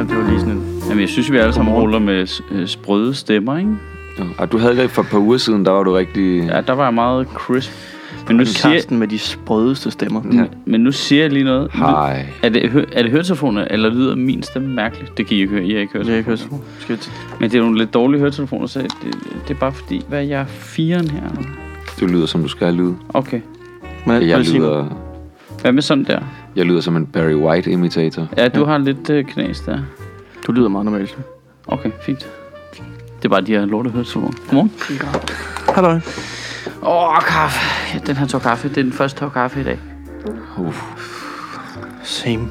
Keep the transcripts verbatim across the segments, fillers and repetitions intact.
det var lige sådan en... Jamen, jeg synes, vi alle sammen ruller med øh, sprøde stemmer, ikke? Ja. Og du havde det for et par uger siden, der var du rigtig... Ja, der var jeg meget crisp. Men nu siger Karsten med de sprødeste stemmer. Ja. Men nu siger jeg lige noget. Hej. Er det, er det høretelefoner, eller lyder min stemme mærkeligt? Det kan I ikke høre. I har ikke hørt. Jeg ikke hørt. Men det er nogle lidt dårlige høretelefoner, så det, det er bare fordi, hvad er jeg firen her? Du lyder, som du skal lyde. Okay. Men jeg lyder... Hvad med sådan der? Jeg lyder som en Barry White-imitator. Ja, du ja. har lidt øh, knas der. Du lyder meget normalt. Okay, fint. Det er bare de her lorte høretelefoner. Godmorgen. Halløj. Åh, oh, kaffe. Ja, den her tår kaffe, det er den første tår kaffe i dag. Uff. Same.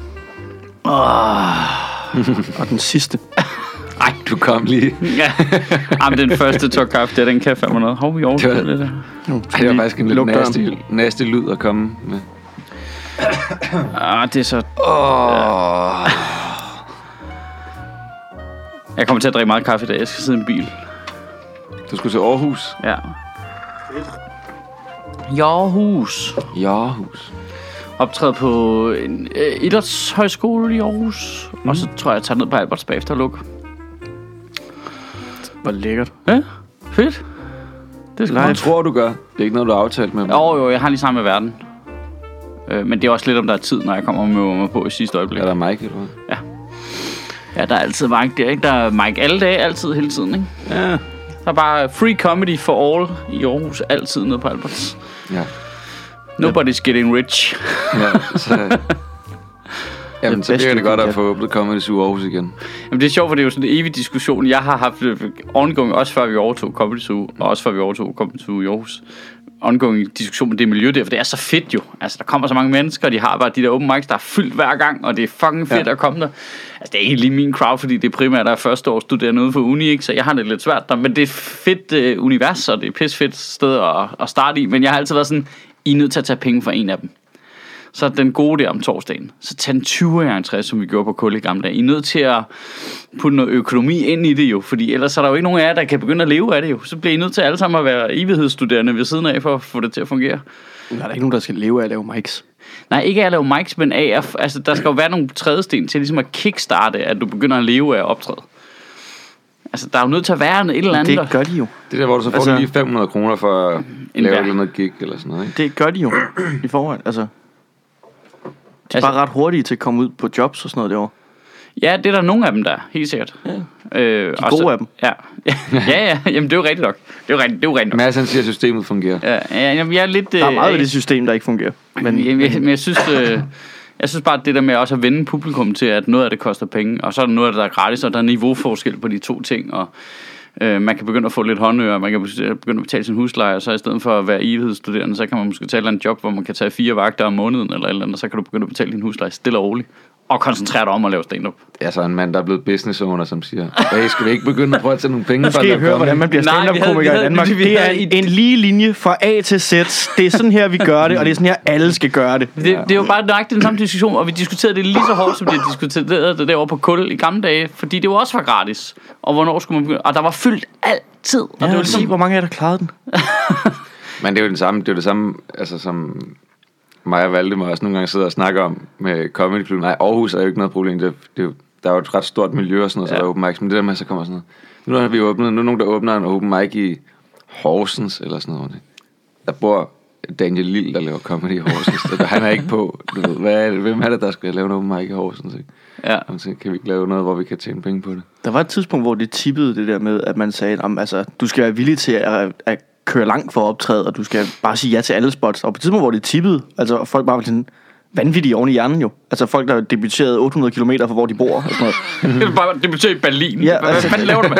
Oh. Og den sidste. Ej, du kom lige. Ja. Jamen, den første tår kaffe, der, den kan fandme noget. Hov, vi overgår det der. Ej, det var faktisk en lidt nasty, nasty lyd at komme med. Ah, det er så... Åh. Oh. Jeg kommer til at drikke meget kaffe i dag. Jeg skal sidde i en bil. Du skulle til Aarhus? Ja. Aarhus. Aarhus. Optræde på en øh, idrætshøjskole i Aarhus. Mm. Og så tror jeg, jeg tager ned på Alberts bagefter og lukker. Hvor lækkert. Ja, fedt. Det skal jeg tror, du gør. Det er ikke noget, du har aftalt med dem. Jo, jo, jeg har lige sammen med verden. Øh, men det er også lidt, om der er tid, når jeg kommer med mig på i sidste øjeblik. Er der Mike, eller hvad? Ja. Ja, der er altid Mike der, ikke? Der er Mike alle dage, altid, hele tiden, ikke? Ja. Der er bare free comedy for all i Aarhus, altid nede på Alberts. Ja. Nobody's getting rich. Ja, så... Jamen, så bliver det godt at få åbnet Comedy Zoo Aarhus igen. Jamen, det er sjovt, for det er jo sådan en evig diskussion. Jeg har haft ongoing, også før vi overtog Comedy Zoo, og også før vi overtog Comedy Zoo i Aarhus. Ongoing diskussion med det miljø der, for det er så fedt jo. Altså, der kommer så mange mennesker, og de har bare de der open mics, der er fyldt hver gang, og det er fucking fedt ja. at komme der. Altså, det er ikke lige min crowd, fordi det er primært, der er første år studerende ude for uni, ikke? Så jeg har det lidt svært der. Men det er fedt uh, univers, og det er pisse fedt sted at, at starte i. Men jeg har altid været sådan, I er nødt til at tage penge for en af dem. Så den gode der om torsdagen, så tag en tyver entré, som vi gjorde på Kul i gamle dage. I er nødt til at putte noget økonomi ind i det jo, fordi ellers er der jo ikke nogen af jer, der kan begynde at leve af det jo. Så bliver I nødt til alle sammen at være evighedsstuderende ved siden af, for at få det til at fungere. Der er ikke nogen, der skal leve af at lave mics. Nej, ikke af at lave mics, men af at, altså, der skal jo være nogle trædesten til ligesom at kickstarte, at du begynder at leve af at optræde. Altså, der er jo nødt til at være et eller andet. Det gør de jo. Det der, hvor du så får altså, lige fem hundrede kroner for at lave noget gig eller sådan noget, ikke? Det gør de jo i forvejen, altså. De er altså, bare ret hurtige til at komme ud på jobs og sådan noget derovre. Ja, det er der nogle af dem, der helt sikkert. Ja. Øh, De gode så, af dem. Ja, ja, ja, ja. Jamen, det er jo rigtigt nok. Det er jo rigtigt, det er jo rigtigt nok. Mads, han siger, at systemet fungerer. Ja, ja jamen, jeg er lidt... Der er meget øh, af det system, der ikke fungerer. Men, men, jeg, men jeg synes... Øh, jeg synes bare, at det der med også at vende publikum til, at noget af det koster penge, og så er der noget af det, der er gratis, og der er niveauforskel på de to ting, og øh, man kan begynde at få lidt håndører, man kan begynde at betale sin husleje, og så i stedet for at være evighedsstuderende, så kan man måske tage en job, hvor man kan tage fire vagter om måneden, eller eller andet, og så kan du begynde at betale din husleje stille og roligt, og koncentrere dig om at lave stand-up. Ja, så en mand, der er blevet business owner, som siger, hey, skal vi ikke begynde at prøve at tage nogle penge? Nu skal I høre, hvordan man bliver stand-up-komiker i Danmark. Det er en lige linje fra A til Z. Det er sådan her, vi gør det, og det er sådan her, alle skal gøre det. Det, det er jo bare nøjagtigt den samme diskussion, og vi diskuterede det lige så hårdt, som de diskuterede det derovre på Kul i gamle dage, fordi det var også var gratis. Og hvornår skulle man begynde? Og der var fyldt altid. Og ja, det var ligesom, sige, hvor mange af jer, der klarede den. Men det er jo det samme, det er jo det samme, altså som mig og Valdemar også nogle gange sidder og snakker om med Comedy Club. Nej, Aarhus er jo ikke noget problem. Det, det er jo, der er jo et ret stort miljø og sådan noget, ja. Så der er open mics. Men det der med, så kommer sådan noget. Nu har vi åbnet, nu er nogen, der åbner en open mic i Horsens eller sådan noget. Der bor Daniel Lille, der laver comedy i Horsens. Han er ikke på. Du ved, hvad er det? Hvem er det, der skal lave en open mic i Horsens? Ikke? Ja. Så kan vi ikke lave noget, hvor vi kan tjene penge på det? Der var et tidspunkt, hvor det tippede det der med, at man sagde, at altså, du skal være villig til at, at køre langt for at optræde, og du skal bare sige ja til alle spots. Og på et tidspunkt, hvor det tippede, altså folk bare var sådan vanvittige oven i hjernen jo. Altså folk, der debuterede otte hundrede kilometer fra, hvor de bor. Og sådan noget. Det er bare debutere i Berlin. Ja, hvad altså, fanden laver du med?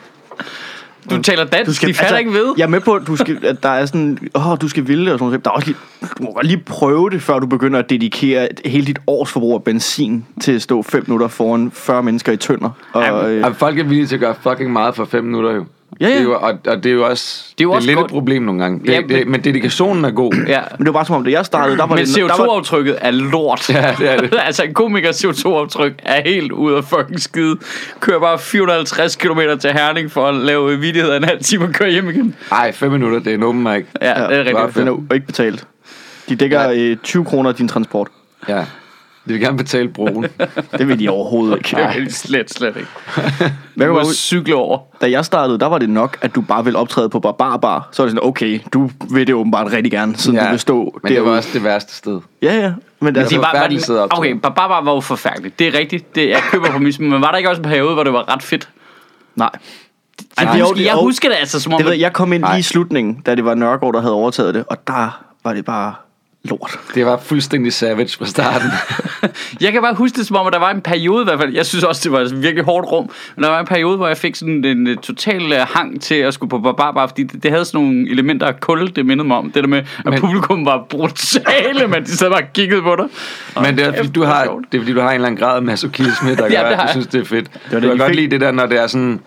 Du taler dansk, du skal, de fatter altså, ikke ved. Jeg er med på, at, du skal, at der er sådan, åh, du skal ville det og sådan noget. Der er også lige, du må godt lige prøve det, før du begynder at dedikere hele dit års forbrug af benzin til at stå fem minutter foran fyrre mennesker i Tønder. Og, ja, øh, folk er villige til at gøre fucking meget for fem minutter jo. Ja, ja. Det er jo, og, og det er jo også det er, jo det er også lidt godt. Et problem nogle gange. Det, ja, men, det, men dedikationen er god. Ja. Men det var bare som om, da jeg startede, der var men det... C O to-aftrykket er lort. Ja, det er det. Altså en komikers C O to-aftryk er helt ude af fucking skide. Kører bare fire hundrede og halvtreds kilometer til Herning for at lave vittigheder en halv time og køre hjem igen. Ej, fem minutter, det er en open mic. Ja, ja, det er rigtigt. Den er ikke betalt. De dækker ja. tyve kroner din transport. Ja. De vil gerne betale broen. Det vil de overhovedet ikke. Det vil slet, slet ikke. Hvad Du kan må man, cykle over. da jeg startede, der var det nok, at du bare ville optræde på Barbar Bar. Så var det sådan, okay, du vil det åbenbart rigtig gerne, siden Ja, du vil stå men det var derude. også det værste sted. Ja, ja. Men det, Det altså, var, var forfærdeligt sted at den, optræde. okay, Barbar var jo forfærdeligt. Det er rigtigt. Det, jeg køber på mis, men var der ikke også en periode, hvor det var ret fedt? nej. Jeg, Nej, husker, jo, jeg jo. husker det altså som om... Det ved, jeg, jeg kom ind lige Nej. i slutningen, da det var Nørgaard, der havde overtaget det, og der var det bare lort. Det var fuldstændig savage fra starten. Jeg kan bare huske det som om, at der var en periode i hvert fald. Jeg synes også, det var et virkelig hårdt rum. Men der var en periode, hvor jeg fik sådan en uh, total uh, hang til at skulle på Barbar Bar, fordi det, det havde sådan nogle elementer af kul, det mindede mig om. Det der med, at Men- publikum var brutale, men de sad bare og kiggede på dig. Men det er, fordi du har, det er fordi, du har en eller anden grad af masochisme, der Ja, gør, det at har du jeg. synes, det er fedt. var Du det, kan de godt fik. lide det der, når det er sådan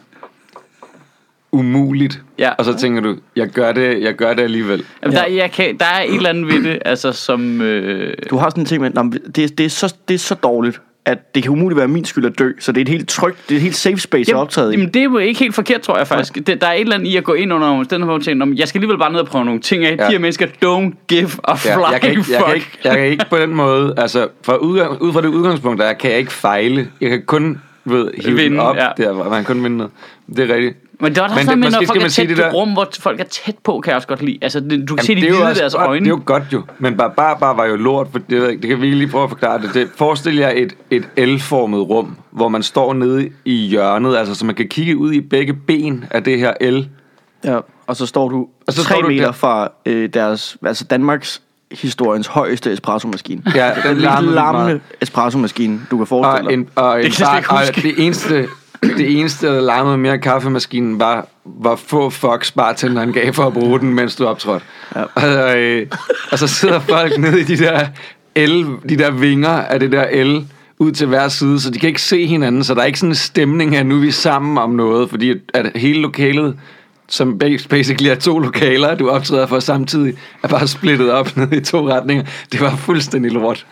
umuligt. Ja. Og så tænker du, jeg gør det, jeg gør det alligevel. Jamen, der, jeg kan, der er et eller andet ved det, altså som... Øh, Du har sådan en ting med, "Nå, men det, det, er så, det er så dårligt, at det kan umuligt være min skyld at dø, så det er et helt trygt, det er et helt safe space at optræde i. Jamen, det er jo ikke helt forkert, tror jeg faktisk. Det, der er et eller andet i at gå ind under omstændigheden, hvor man tænker, "Nå, men jeg skal alligevel bare ned og prøve nogle ting af. Ja. De her mennesker don't give a flying Ja, jeg, kan ikke, jeg, fuck. kan ikke, jeg kan ikke på den måde, altså fra udgang, ud fra det udgangspunkt, der kan jeg ikke fejle. Jeg kan kun ved, hive Vinde, den op, ja. der, hvor man kan kun vinde noget. Det er rigtigt. Men det er også Men sådan, det- med, når måske folk skal er man sige tæt det på der- rum, hvor folk er tæt på, kan jeg også godt lide. Altså, det, du kan se, de det er jo hvide også deres godt, øjne. Det er jo godt jo. Men Barbar Bar var jo lort, for det, ved jeg ikke, det kan vi lige prøve at forklare det. det. Forestil jer et, et L-formet rum, hvor man står nede i hjørnet, altså så man kan kigge ud i begge ben af det her L. Ja, og så står du Og så tre står du meter der. fra øh, deres, altså Danmarks historiens højeste espresso-maskine. Ja, Den den larmede lidt larmende meget. espresso-maskine, du kan forestille Og, dig. en, og, en Det kan jeg slet bar, ikke og det eneste, det eneste, der larmede mere end kaffemaskinen, var, hvor få fucks bartenderen gav for at bruge den, mens du optrådte. Ja. Og, øh, og så sidder folk nede i de der L, de der vinger af det der L, ud til hver side, så de kan ikke se hinanden, så der er ikke sådan en stemning af, nu er vi sammen om noget, fordi at hele lokalet, som basically er to lokaler, du optræder for samtidig, er bare splittet op ned i to retninger. Det var fuldstændig lort.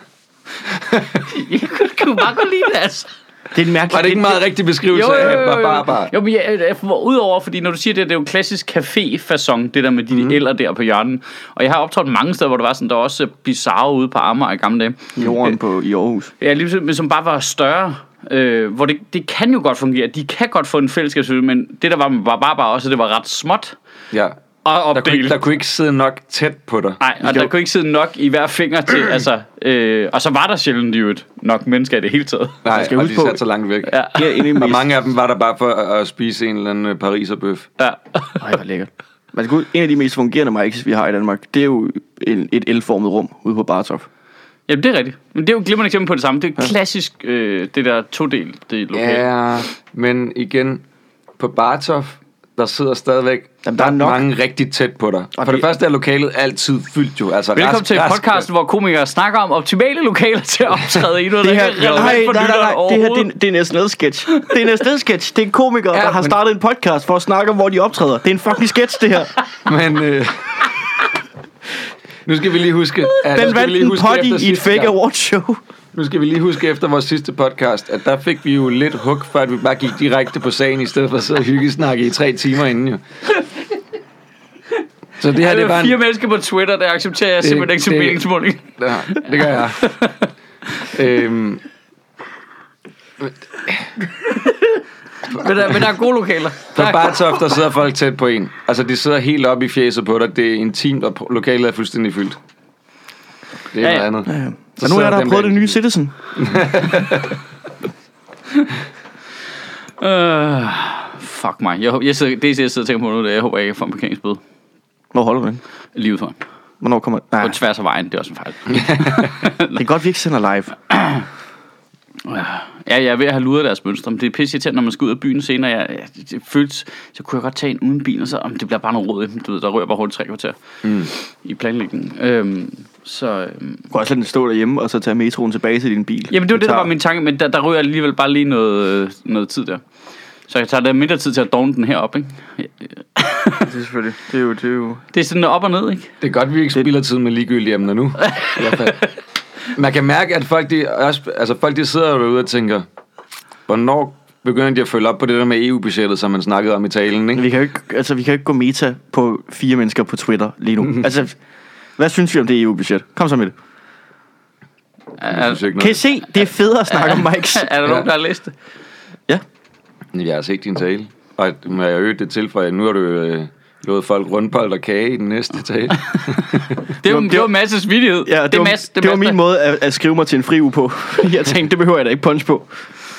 Jeg kunne, kunne bare godt lide det, altså. Det er en mærkelig... Var det ikke en meget rigtig beskrivelse af Barbar Bar? Jo, men jeg, jeg, udover, fordi når du siger det, det er jo en klassisk café-façon, det der med de mm. eller der på hjørnen. Og jeg har optrådt mange steder, hvor der var sådan, der var også bizarre ude på Amager i gamle dage. Jorden på, i Aarhus. Ja, lige præcis, men som bare var større. Øh, hvor det, det kan jo godt fungere. De kan godt få en fællesskabsfølelse, men det der var med Barbar Bar også, det var ret småt. Ja. Og Der kunne, ikke, opdelt. der kunne ikke sidde nok tæt på dig. Nej, og der kunne ikke sidde nok i hver finger til, altså, øh, og så var der sjældent jo et nok mennesker i det hele taget. Nej, skal og huske de på- satte så langt væk. Ja, Ja, en af de Og mest... mange af dem var der bare for at, at spise en eller anden pariserbøf. ja. Ej, hvor lækkert. Man skal, en af de mest fungerende mics, vi har i Danmark, det er jo en, et L-formet rum ude på Bartov. Jamen, det er rigtigt. Men det er jo et glimrende eksempel på det samme. Det er jo klassisk, øh, det der todel, det lokale. Ja, men igen, på Bartov, der sidder stadigvæk Jamen, der er ret nok- mange rigtig tæt på dig. For det- det første er lokalet altid fyldt jo. Altså, Velkommen rask- til rask- podcasten, hvor komikere snakker om optimale lokaler til at optræde i noget, der Det her, ikke er nej, relevant for nej, nej, lytteren nej, det her overhovedet. det, det er en S N L-sketch. Det er en S N L-sketch. Det er en komiker, Ja, der har men- startet en podcast for at snakke om, hvor de optræder. Det er en fucking sketch, det her. Men øh, nu skal vi lige huske, at nu Den skal vi vandt lige en huske potty efter i et sidste fake gang. award show. Nu skal vi lige huske efter vores sidste podcast, at der fik vi jo lidt hug, for at vi bare gik direkte på sagen, i stedet for at sidde og hyggesnakke i tre timer inden jo. Så det her, Ja, det det var er en... fire mennesker på Twitter, der accepterer jeg simpelthen ikke som det- meningsmåling. Ja, det gør jeg. øhm, Men der, men der er gode lokaler. på Der er- Bartov, der sidder folk tæt på en. Altså, de sidder helt oppe i fjeset på dig. Det er intimt, og lokalet er fuldstændig fyldt. Det er Ja, noget ja. andet. Så Og nu er sidder der dem prøvet der- det nye Citizen. Øh, fuck mig. Jeg, håber- jeg sidder, det, jeg sidder og tænker på nu, det er, jeg håber, jeg ikke får en parkeringsbøde. Hvor holder du den? Lige ud for. Hvornår kommer... Nej, På tværs af vejen, det er også en fejl. det er godt, vi ikke sender live. Ja, jeg er ved at have luret deres mønstre, men det er pisse irriterende, når man skal ud af byen senere. Jeg, jeg, det, det føles, så kunne jeg godt tage en uden bil, og så om det bliver bare noget råd. Du ved, der rører bare hurtigt tre kvarter mm. i planlægningen. Øhm, så, øhm, Du kan også lade den stå derhjemme, og så tage metroen tilbage til din bil. jamen, det var det, der tager- var min tanke, men der, der rører alligevel bare lige noget, øh, noget tid der. Så jeg tager der mindre tid til at dovne den herop, ikke? Det er selvfølgelig. Det er jo... Det er jo... Det er sådan op og ned, ikke? Det er godt, vi ikke spilder tid med ligegyldige emner nu. I hvert fald. Man kan mærke, at folk, de, også, altså folk de sidder derude og tænker, hvornår begynder de at følge op på det der med E U-budgettet, som man snakkede om i talen, ikke? Vi kan jo ikke, altså, vi kan jo ikke gå meta på fire mennesker på Twitter lige nu. Altså, hvad synes vi om det E U-budget? Kom så med det. Er, kan I se? Det er federe at snakke om Mikes. Er der nogen, der har læst det? Ja. Jeg har set din tale. Og må jeg øge det til, for nu har du øh, lovet folk rundbold og kage i den næste tale. det, var, det var Mads' vidighed. Ja, det, det, var, Mads, det, det var Mads, min måde at, at skrive mig til en fri uge på. Jeg tænkte, det behøver jeg da ikke punch på.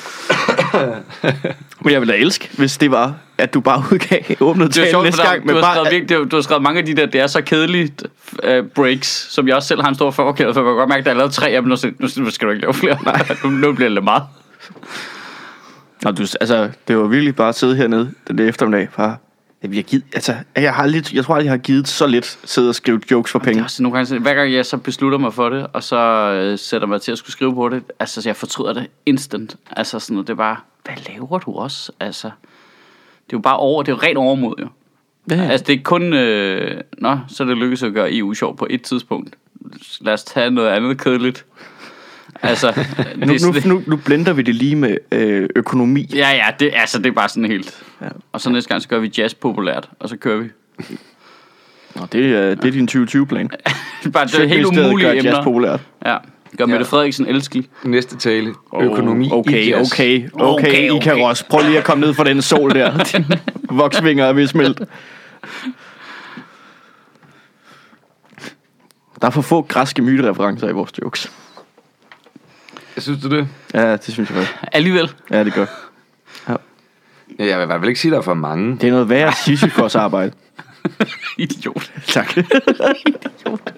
Men jeg ville da elske, hvis det var, at du bare udgav åbnet til næste gang. Du har, bare, skrevet, virkelig, du har skrevet mange af de der, det er så kedeligt uh, breaks, som jeg også selv har en stor forkærlighed for. Jeg kan godt mærke, at der er lavet tre af dem, nu, nu skal du ikke lave flere. Nej. nu, nu bliver det lidt meget. Nå, du, altså, det var virkelig bare at sidde hernede den der eftermiddag. Bare, jeg, jeg, givet, altså, jeg, har lidt, jeg tror aldrig, jeg har givet så lidt sidde og skrive jokes for penge. Det er også nogle gange, hver gang jeg så beslutter mig for det, og så øh, sætter mig til at skulle skrive på det, altså jeg fortryder det instant. Altså sådan noget, det er bare, hvad laver du også? Altså, det er jo bare over, det er jo rent overmod jo. Ja, ja. Altså det er kun, øh, nå, så er det lykkedes at gøre E U sjov på et tidspunkt. Lad os tage noget andet kedeligt. Altså, nu, nu, nu, nu blender vi det lige med øh, økonomi. Ja, ja, det, altså, det er bare sådan helt. Ja. Og så næste gang, så gør vi jazz populært, og så kører vi. Nå, det, er, det er din tyve tyve-plan. Bare det er helt umulige emner. Jazz populært. Ja, gør Mette ja. Frederiksen elskelig. Næste tale, økonomi oh, okay, i jazz. okay, okay, okay, okay. Ikaros, prøv lige at komme ned fra den sol der. Voksvinger er ved smeltet. Der er for få græske mytereferencer i vores jokes. Synes du det? Ja, det synes jeg faktisk. Alligevel? Ja, det gør. Ja. Ja, jeg vil i hvert fald ikke sige, der er for mange. Det er noget værre Sisyfos arbejde. Idiot. Tak. Idiot.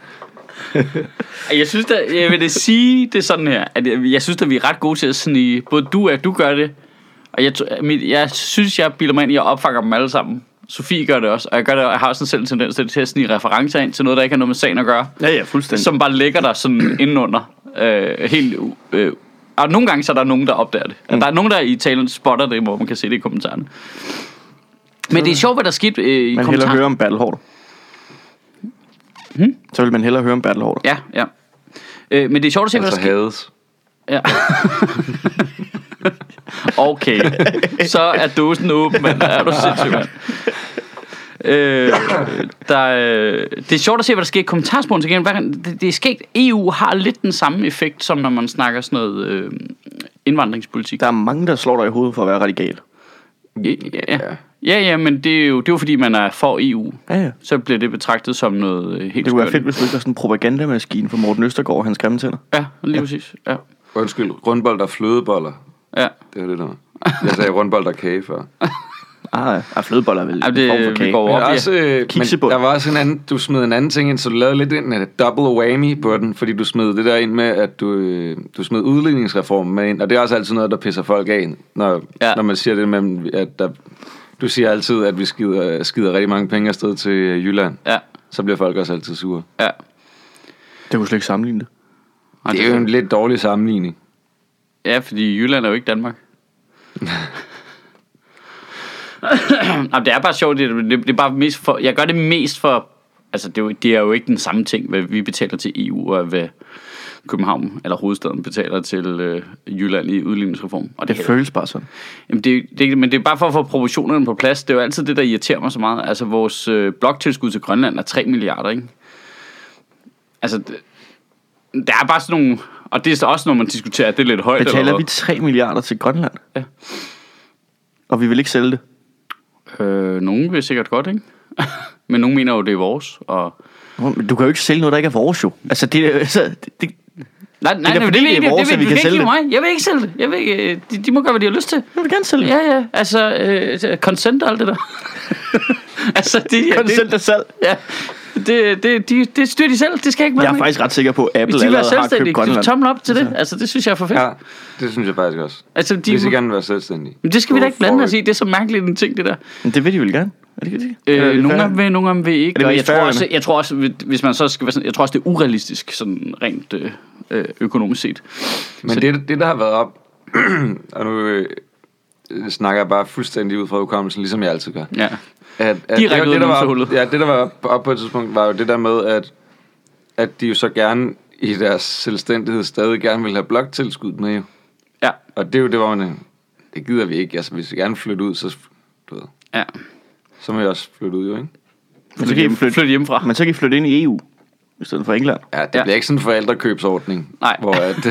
Jeg synes, at jeg vil det sige det sådan her, at jeg, jeg synes, at vi er ret gode til at snige. Både du og du gør det, og jeg, jeg synes, jeg bilder mig ind i at opfange dem alle sammen. Sofie gør det også, og jeg gør det, og jeg har sådan selv en tendens til at snige referencer ind til noget, der ikke har noget med sagen at gøre. Ja, ja, fuldstændig. Som bare ligger der sådan indenunder. Øh, helt, øh, og nogle gange så er der nogen, der opdager det. Mm. Der er nogen, der i talen spotter det, hvor man kan se det i kommentarerne. Men det er sjovt, hvad der skete øh, i kommentarerne. Man hellere høre om Battlehorder. Hmm? Så vil man hellere høre om Battlehorder. Ja, ja. Øh, men det er sjovt at se, altså hvad der hades. Ja. Okay. Så er dåsen åben, men er du sindssygt, mand. Øh, der, øh, det er sjovt at se, hvad der sker i kommentarsporen til gengæld. Det, det er skægt. E U har lidt den samme effekt, som når man snakker sådan noget øh, indvandringspolitik. Der er mange, der slår dig i hovedet for at være radikal. Ja, ja. Ja, ja, men det er jo, det er jo fordi, man er for E U. Ja, ja. Så bliver det betragtet som noget helt skønt. Det kunne være fedt, hvis du ikke var sådan en propagandamaskine for Morten Østergaard og hans grimme tænder. Ja, lige ja. Præcis. Ja. Undskyld, rundbold og flødeboller. Ja. Det er det der. Jeg sagde rundbold og kage før. Ah, ja, flødeboller er vel ja, det, en form for kage. Går op, men, også, øh, men der var også en anden, du smed en anden ting ind, så du lavede lidt en uh, double whammy på den, fordi du smed det der ind med, at du, øh, du smed udligningsreformen med ind, og det er også altid noget, der pisser folk af, når, ja. når man siger det med, at der, du siger altid, at vi skider, skider rigtig mange penge afsted til øh, Jylland. Ja. Så bliver folk også altid sure. Ja. Det kunne slet ikke sammenligne det. Det er jo en lidt dårlig sammenligning. Ja, fordi Jylland er jo ikke Danmark. Jamen, det er bare sjovt. Det, det, det er bare mest for, jeg gør det mest for. Altså, det er, jo, det er jo ikke den samme ting, hvad vi betaler til E U og hvad København eller hovedstaden betaler til øh, Jylland i udligningsreform. Og det, det føles bare sådan. Jamen, det, det, men det er bare for at få proportionerne på plads. Det er jo altid det, der irriterer mig så meget. Altså, vores øh, bloktilskud til Grønland er tre milliarder, ikke? Altså, det, der er bare sådan nogle. Og det er også, når man diskuterer, at det er lidt højt. Betaler vi tre milliarder til Grønland? Ja. Og vi vil ikke sælge det? Øh, nogen vil sikkert godt, ikke? Men nogen mener jo, det er vores. Og men du kan jo ikke sælge noget, der ikke er vores, jo. Altså, det er altså, det, det, nej, nej, det, er, det, det, det, det, vores, det, det, det, det, det, mig. Jeg vil ikke sælge det. Jeg vil ikke, de, de må gøre, hvad de har lyst til. Jeg vil gerne sælge det. Ja, ja. Altså, øh, consent og alt det der. altså, det, consent og salg. Ja. Det, det, de, det styrer de selv. Det skal ikke være. Jeg er faktisk ret sikker på, at Apple allerede har købt Grønland. Tommel op til det. Altså, det synes jeg er for fedt. Ja, det synes jeg faktisk også. Altså, de hvis I gerne vil være selvstændige. Men det skal vi da ikke blande os i. Det er så mærkeligt en ting, det der. Men det vil de vel gerne. Er det ikke det? Øh, nogle af dem vil, nogle af dem vil ikke. Det og jeg tror, også, jeg tror også, hvis man så skal være sådan, jeg tror også, det er urealistisk, sådan rent øh, økonomisk set. Men så det, det, der har været op, og nu øh, snakker jeg bare fuldstændig ud fra udkommelsen, ligesom jeg altid gør. Ja. At, at Direkte det, ud af det, der var, hullet. Ja, det der var op, op på et tidspunkt, var jo det der med, at, at de jo så gerne i deres selvstændighed stadig gerne vil have bloktilskud med jo. Ja. Og det er jo det, hvor man, det gider vi ikke. Altså, hvis vi gerne flytte ud, så, du ved, ja. så må vi også flytte ud jo, ikke? Men så kan I flytte, flytte hjemmefra. Men så kan I flytte ind i E U. i stedet for England. Ja, det Ja. bliver ikke sådan en forældrekøbsordning. Nej. Hvor at,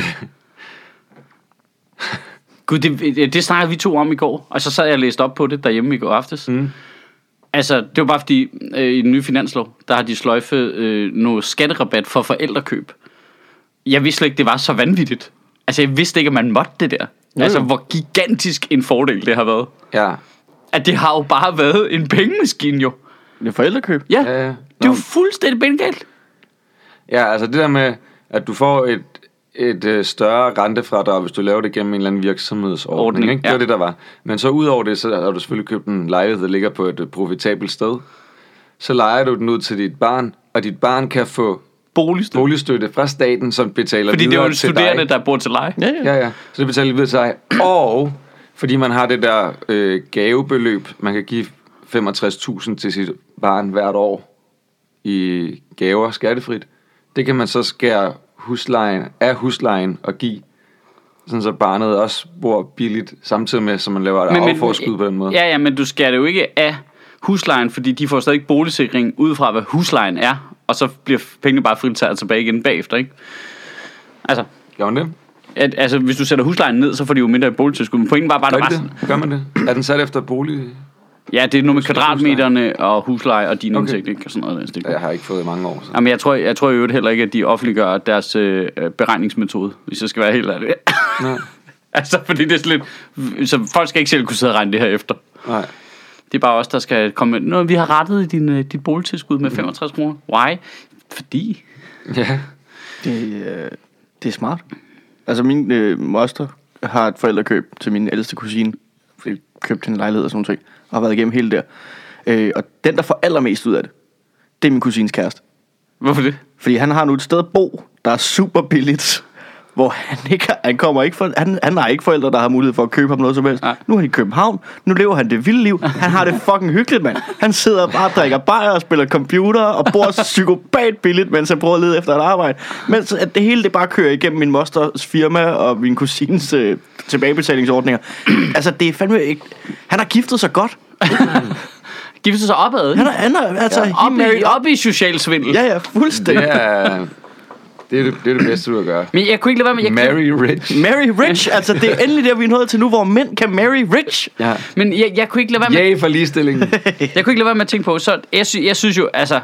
Gud, det, det snakkede vi to om i går, og så sad jeg og læste op på det derhjemme i går aftes. Mm. Altså, det var bare fordi, øh, i den nye finanslov, der har de sløjfet øh, noget skatterabat for forældrekøb. Jeg vidste slet ikke, det var så vanvittigt. Altså, jeg vidste ikke, at man måtte det der. Jo, Altså, jo. hvor gigantisk en fordel det har været. ja. At det har jo bare været en pengemaskine, jo. Det er forældrekøb. Ja, Ja, ja. det er jo fuldstændig bengalt. Ja, altså det der med, at du får et, et øh, større rentefradrag, hvis du laver det gennem en eller anden virksomhedsordning. Ordning, Ikke? Det ja. var det, der var. Men så ud over det, så har du selvfølgelig købt en lejlighed, der ligger på et øh, profitabelt sted. Så lejer du den ud til dit barn, og dit barn kan få Boligstøtte. boligstøtte fra staten, som betaler Fordi det er videre jo en til studerende, dig. der bor til leje. Ja, ja. Ja, ja. Så det betaler videre til dig. Og fordi man har det der øh, gavebeløb, man kan give femogtres tusind til sit barn hvert år i gaver skattefrit. Det kan man så skære huslejen, af huslejen og give, sådan så barnet også bor billigt, samtidig med, så man laver et afforskud på den måde. Ja, ja, men du skærer det jo ikke af huslejen, fordi de får stadig boligsikring ud fra, hvad huslejen er, og så bliver pengene bare fritaget tilbage igen bagefter, ikke? Altså, Gør man det? at, altså hvis du sætter huslejen ned, så får de jo mindre i boligtilskud, men pointen var bare, Gør, der de var det? Gør man det? Er den sat efter bolig? ja, det er noget med kvadratmeterne og husleje og din Okay. indtægt, ikke? Og sådan noget. Altså, det Jeg har ikke fået i mange år. Så. Jamen, jeg tror, jeg tror i øvrigt heller ikke, at de offentliggør deres øh, beregningsmetode, hvis jeg skal være helt ærlig. Nej. Altså, fordi det er sådan lidt... Så folk skal ikke selv kunne sidde og regne det her efter. Nej. Det er bare os, der skal komme... Nå, vi har rettet din, øh, dit boligtilskud med femogtres kroner. Why? Fordi... Ja. Det, øh, det er smart. Altså min øh, moster har et forældrekøb til min ældste kusine. Fordi købte en lejlighed og sådan noget, og har været igennem hele der. Øh, og den, der får allermest ud af det, det er min kusines kæreste. Hvorfor det? Fordi han har nu et sted at bo, der er super billigt. Hvor han ikke har, han kommer ikke for, han, han har ikke forældre, der har mulighed for at købe ham noget som helst. Nej. Nu er han i København. Nu lever han det vilde liv. Han har det fucking hyggeligt, mand. Han sidder bare og drikker bajer og spiller computer og bor psykopat billigt, mens han prøver at lede efter et arbejde. Mens at det hele det bare kører igennem min mosters firma og min kusines øh, tilbagebetalingsordninger. Altså det er fandme ikke. Han har giftet sig godt. Gifte sig opad. Han er, han er altså Ja, he op, i, married op i social svindel. Ja, ja, fuldstændig. Det er, det, er det, det er det bedste, du kan gøre. Men jeg kunne ikke lade være med... Jeg Marry rich. Marry rich. Altså det er endelig der, vi er nået til nu, hvor mænd kan marry rich. Ja. Men jeg, jeg kunne ikke lade være med... Yay for ligestillingen. Jeg kunne ikke lade være med at tænke på, så jeg, sy- jeg synes jo, altså,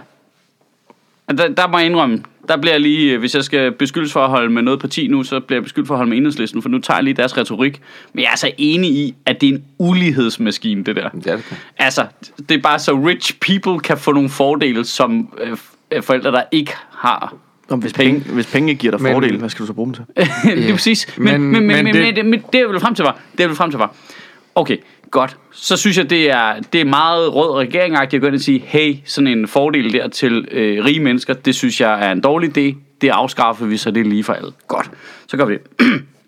at der, der må jeg indrømme, der bliver jeg lige, hvis jeg skal beskyldes for at holde med noget parti nu, så bliver jeg beskyldt for at holde med Enhedslisten, for nu tager jeg lige deres retorik. Men jeg er så enig i, at det er en ulighedsmaskine, det der. Ja, det kan. Altså, det er bare så rich people kan få nogle fordele, som øh, forældre, der ikke har. Om hvis penge, hvis penge ikke giver dig Men- fordel, hvad skal du så bruge dem til? Det er præcis. Men, men, men, men, men, det- det, men det, jeg vil frem til var, det jeg vil frem til var, okay, godt. Så synes jeg, det er, det er meget rød regering-agtigt at gå ind og sige, hey, sådan en fordel der til øh, rige mennesker, det synes jeg er en dårlig idé. Det afskaffer vi, så det er lige for alle. Godt, så gør vi det.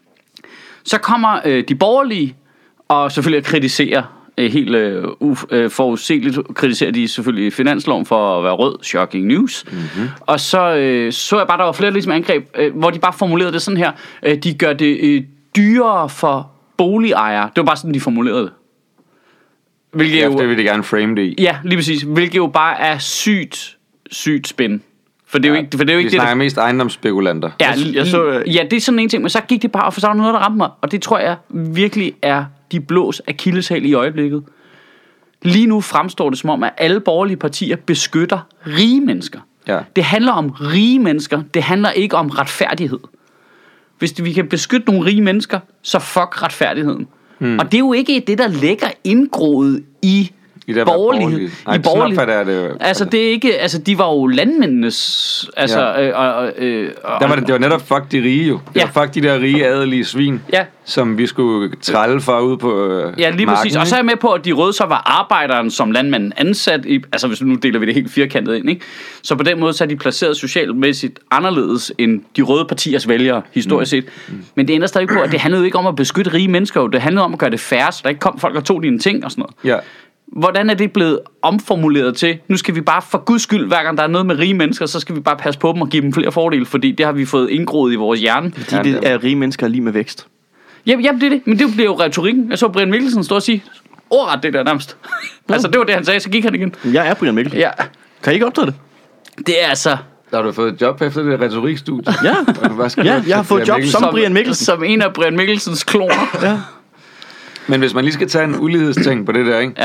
Så kommer øh, de borgerlige, og selvfølgelig at kritisere, øh, helt øh, uf, øh, forudsigeligt kritiserer de selvfølgelig finansloven for at være rød, shocking news. Mm-hmm. Og så øh, så jeg bare, der var flere ligesom angreb, øh, hvor de bare formulerede det sådan her, øh, de gør det øh, dyrere for boligejere. Det var bare sådan, de formulerede det. Hvilket Ja, jo, det vil de gerne frame det i. ja, lige præcis. Hvilket jo bare er sygt, sygt spænd. For det er jo ikke, for det er jo Vi ikke det, snakker der... mest ejendomsspekulanter. Ja, Jeg- jeg så, øh, ja, det er sådan en ting, men så gik det bare, for så var der noget, der ramte mig. Og det tror jeg virkelig er de blås akilleshæl i øjeblikket. Lige nu fremstår det som om, at alle borgerlige partier beskytter rige mennesker. Ja. Det handler om rige mennesker. Det handler ikke om retfærdighed. Hvis vi kan beskytte nogle rige mennesker, så fuck retfærdigheden. Hmm. Og det er jo ikke det, der ligger indgroet i I det borgerlighed. borgerlige. Nej, I sådan borgerlighed. opfatter jeg det jo. Altså, det er ikke... Altså, de var jo landmændenes... Altså, Ja. øh, og, og, øh, og, Der var det, det var netop fuck de rige jo. Det Ja. var fuck de der rige adelige svin, Ja. som vi skulle trælle for ud på øh, Ja, lige marken, præcis. Og så er jeg med på, at de røde så var arbejderen som landmanden ansat i... Altså, hvis nu deler vi det helt firkantet ind, ikke? Så på den måde, så er de placeret socialmæssigt anderledes end de røde partiers vælgere, historisk set. Mm. Men det ændrer stadig på, at det handlede ikke om at beskytte rige mennesker, jo. Det handlede om at gøre det færre, så der ikke kom folk og tog dine ting og sådan noget. Ja. Hvordan er det blevet omformuleret til? Nu skal vi bare for guds skyld, hver gang der er noget med rige mennesker, så skal vi bare passe på dem og give dem flere fordele, fordi det har vi fået indgroet i vores hjerne. Fordi det er rige mennesker lige med vækst. Jamen, jamen det er det. Men det bliver jo retorikken. Jeg så Brian Mikkelsen stå og sige, ordret det der nærmest. altså, det var det, han sagde, så gik han igen. Jeg er Brian Mikkelsen. Ja, Kan I ikke optage det? det er altså... har du fået et job efter det retorikstudie? Ja, ja jeg har fået job som Brian Mikkelsen. Som en af Brian Mikkelsens kloner. Ja. Men hvis man lige skal tage en ulighedsting på det der, ikke? Ja.